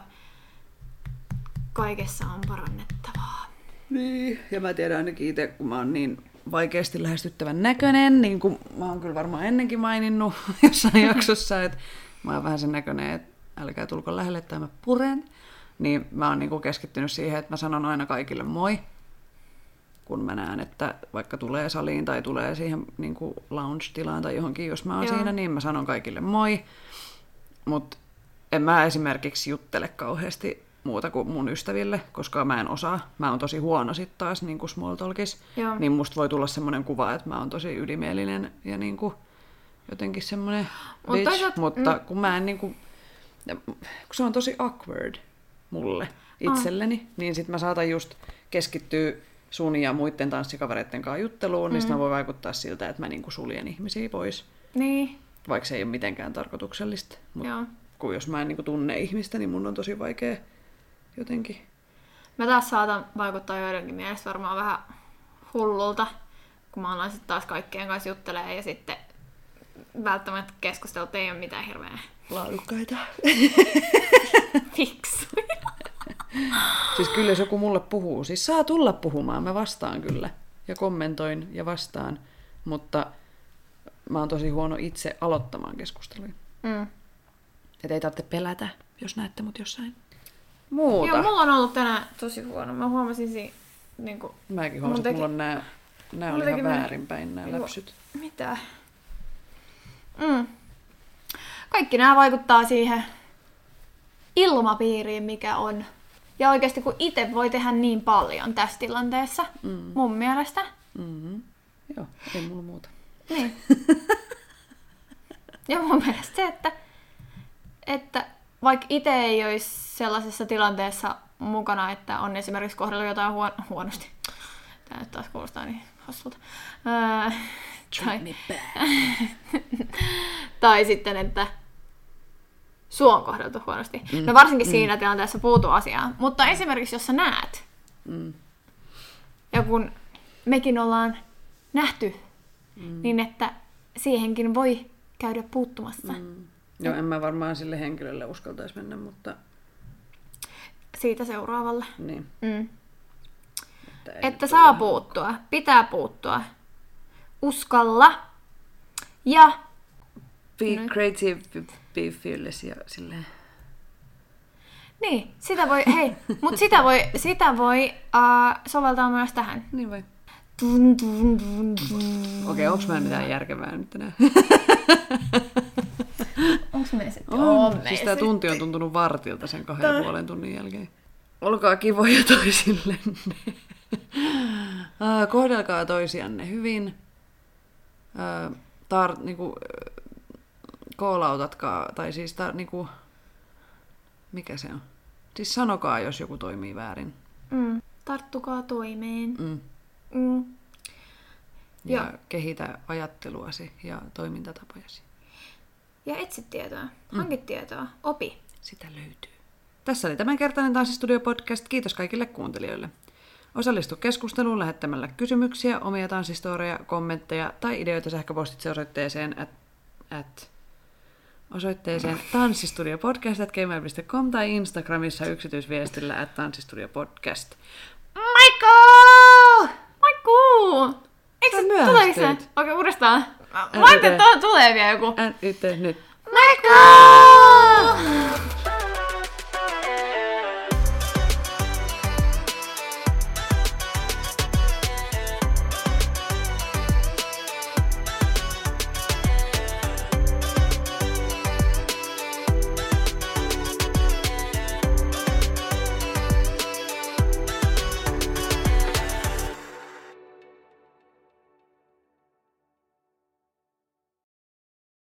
kaikessa on parannettavaa. Niin, ja mä tiedän ainakin itse, kun mä oon niin vaikeasti lähestyttävän näköinen, niin kuin mä oon kyllä varmaan ennenkin maininnut jossain jaksossa, että mä oon vähän sen näköinen, että älkää tulko lähelle tai mä puren. Niin mä oon niinku keskittynyt siihen, että mä sanon aina kaikille moi, kun mä näen, että vaikka tulee saliin tai tulee siihen niinku lounge-tilaan tai johonkin, jos mä oon Joo. siinä, niin mä sanon kaikille moi. Mut en mä esimerkiksi juttele kauheasti muuta kuin mun ystäville, koska mä en osaa. Mä oon tosi huono sit taas niin kuin small talkis. Joo. Niin musta voi tulla semmoinen kuva, että mä oon tosi ylimielinen ja niin kuin jotenkin semmoinen bitch. Toisaalta, mutta mm. kun mä en niin kuin, kun se on tosi awkward mulle itselleni, ah. niin sit mä saatan just keskittyä sun ja muiden tanssikavereiden kanssa jutteluun, mm. niin sit mä voin vaikuttaa siltä, että mä niin kuin suljen ihmisiä pois. Niin. Vaikka se ei ole mitenkään tarkoituksellista. Mut kun jos mä en niin kuin tunne ihmistä, niin mun on tosi vaikea jotenkin. Mä taas saatan vaikuttaa joidenkin mielestä varmaan vähän hullulta, kun mä alan sitten taas kaikkien kanssa juttelemaan ja sitten välttämättä keskustelut ei ole mitään hirveän laadukkaita. Fiksuja. Siis kyllä jos joku mulle puhuu, siis saa tulla puhumaan, mä vastaan kyllä. Ja kommentoin ja vastaan, mutta mä oon tosi huono itse aloittamaan keskusteluja. Mm. Et ei tarvitse pelätä, jos näette mut jossain Muuta. Joo, mulla on ollut tänään tosi huono. Mä huomasin siinä... Niin kuin, Mäkin huomasin, että teki... mulla on nää... Nää oli ihan väärinpäin nää läpsyt. Mitä? Mm. Kaikki nämä vaikuttaa siihen ilmapiiriin, mikä on. Ja oikeasti kun itse voi tehdä niin paljon tässä tilanteessa, mm. mun mielestä. Mm-hmm. Joo, ei mulla muuta. Niin. Ja mun mielestä se, että, että vaikka itse ei olisi sellaisessa tilanteessa mukana, että on esimerkiksi kohdellut jotain huon- huonosti. Tää nyt taas kuulostaa niin hassulta. Öö, tai, tai sitten, että sua on kohdeltu huonosti. Mm. No varsinkin mm. siinä tilanteessa puutu asiaan. Mutta esimerkiksi jos sä näet, mm. ja kun mekin ollaan nähty, mm. niin että siihenkin voi käydä puuttumassa. Mm. Joo, en mä varmaan sille henkilölle uskaltaisi mennä, mutta... Siitä seuraavalle. Niin. Mm. Että, että saa puuttua, pitää puuttua. Uskalla. Ja... Be no. creative, be fearless ja silleen... Niin, sitä voi, hei, mut sitä voi, sitä voi uh, soveltaa myös tähän. Niin voi. Dun, dun, dun, dun. Okei, onks mä mitään järkevää nyt tänään? Onks me sitten? On. Siis tää tunti on tuntunut vartilta sen kahden ja puolen tunnin jälkeen. Olkaa kivoja toisillenne. Kohdelkaa toisianne hyvin. Tar, niinku, koolautatkaa, tai siis tar, niinku, mikä se on? Siis sanokaa, jos joku toimii väärin. Mm. Tarttukaa toimeen. Mm. Mm. Ja, ja kehitä ajatteluasi ja toimintatapojasi. Ja etsi tietoa, hanki mm. tietoa, opi. Sitä löytyy. Tässä oli tämänkertainen Tanssistudio-podcast. Kiitos kaikille kuuntelijoille. Osallistu keskusteluun lähettämällä kysymyksiä, omia tanssistoreja, kommentteja tai ideoita sähköpostitse osoitteeseen at, at osoitteeseen tanssistudiopodcast at gmail piste com tai Instagramissa yksityisviestillä at tanssistudiopodcast. Michael! Michael! Eikö se tuleeko se? Okei, uudestaan. Mä ajattelin, että tulee vielä joku. Än, nyt. Michael!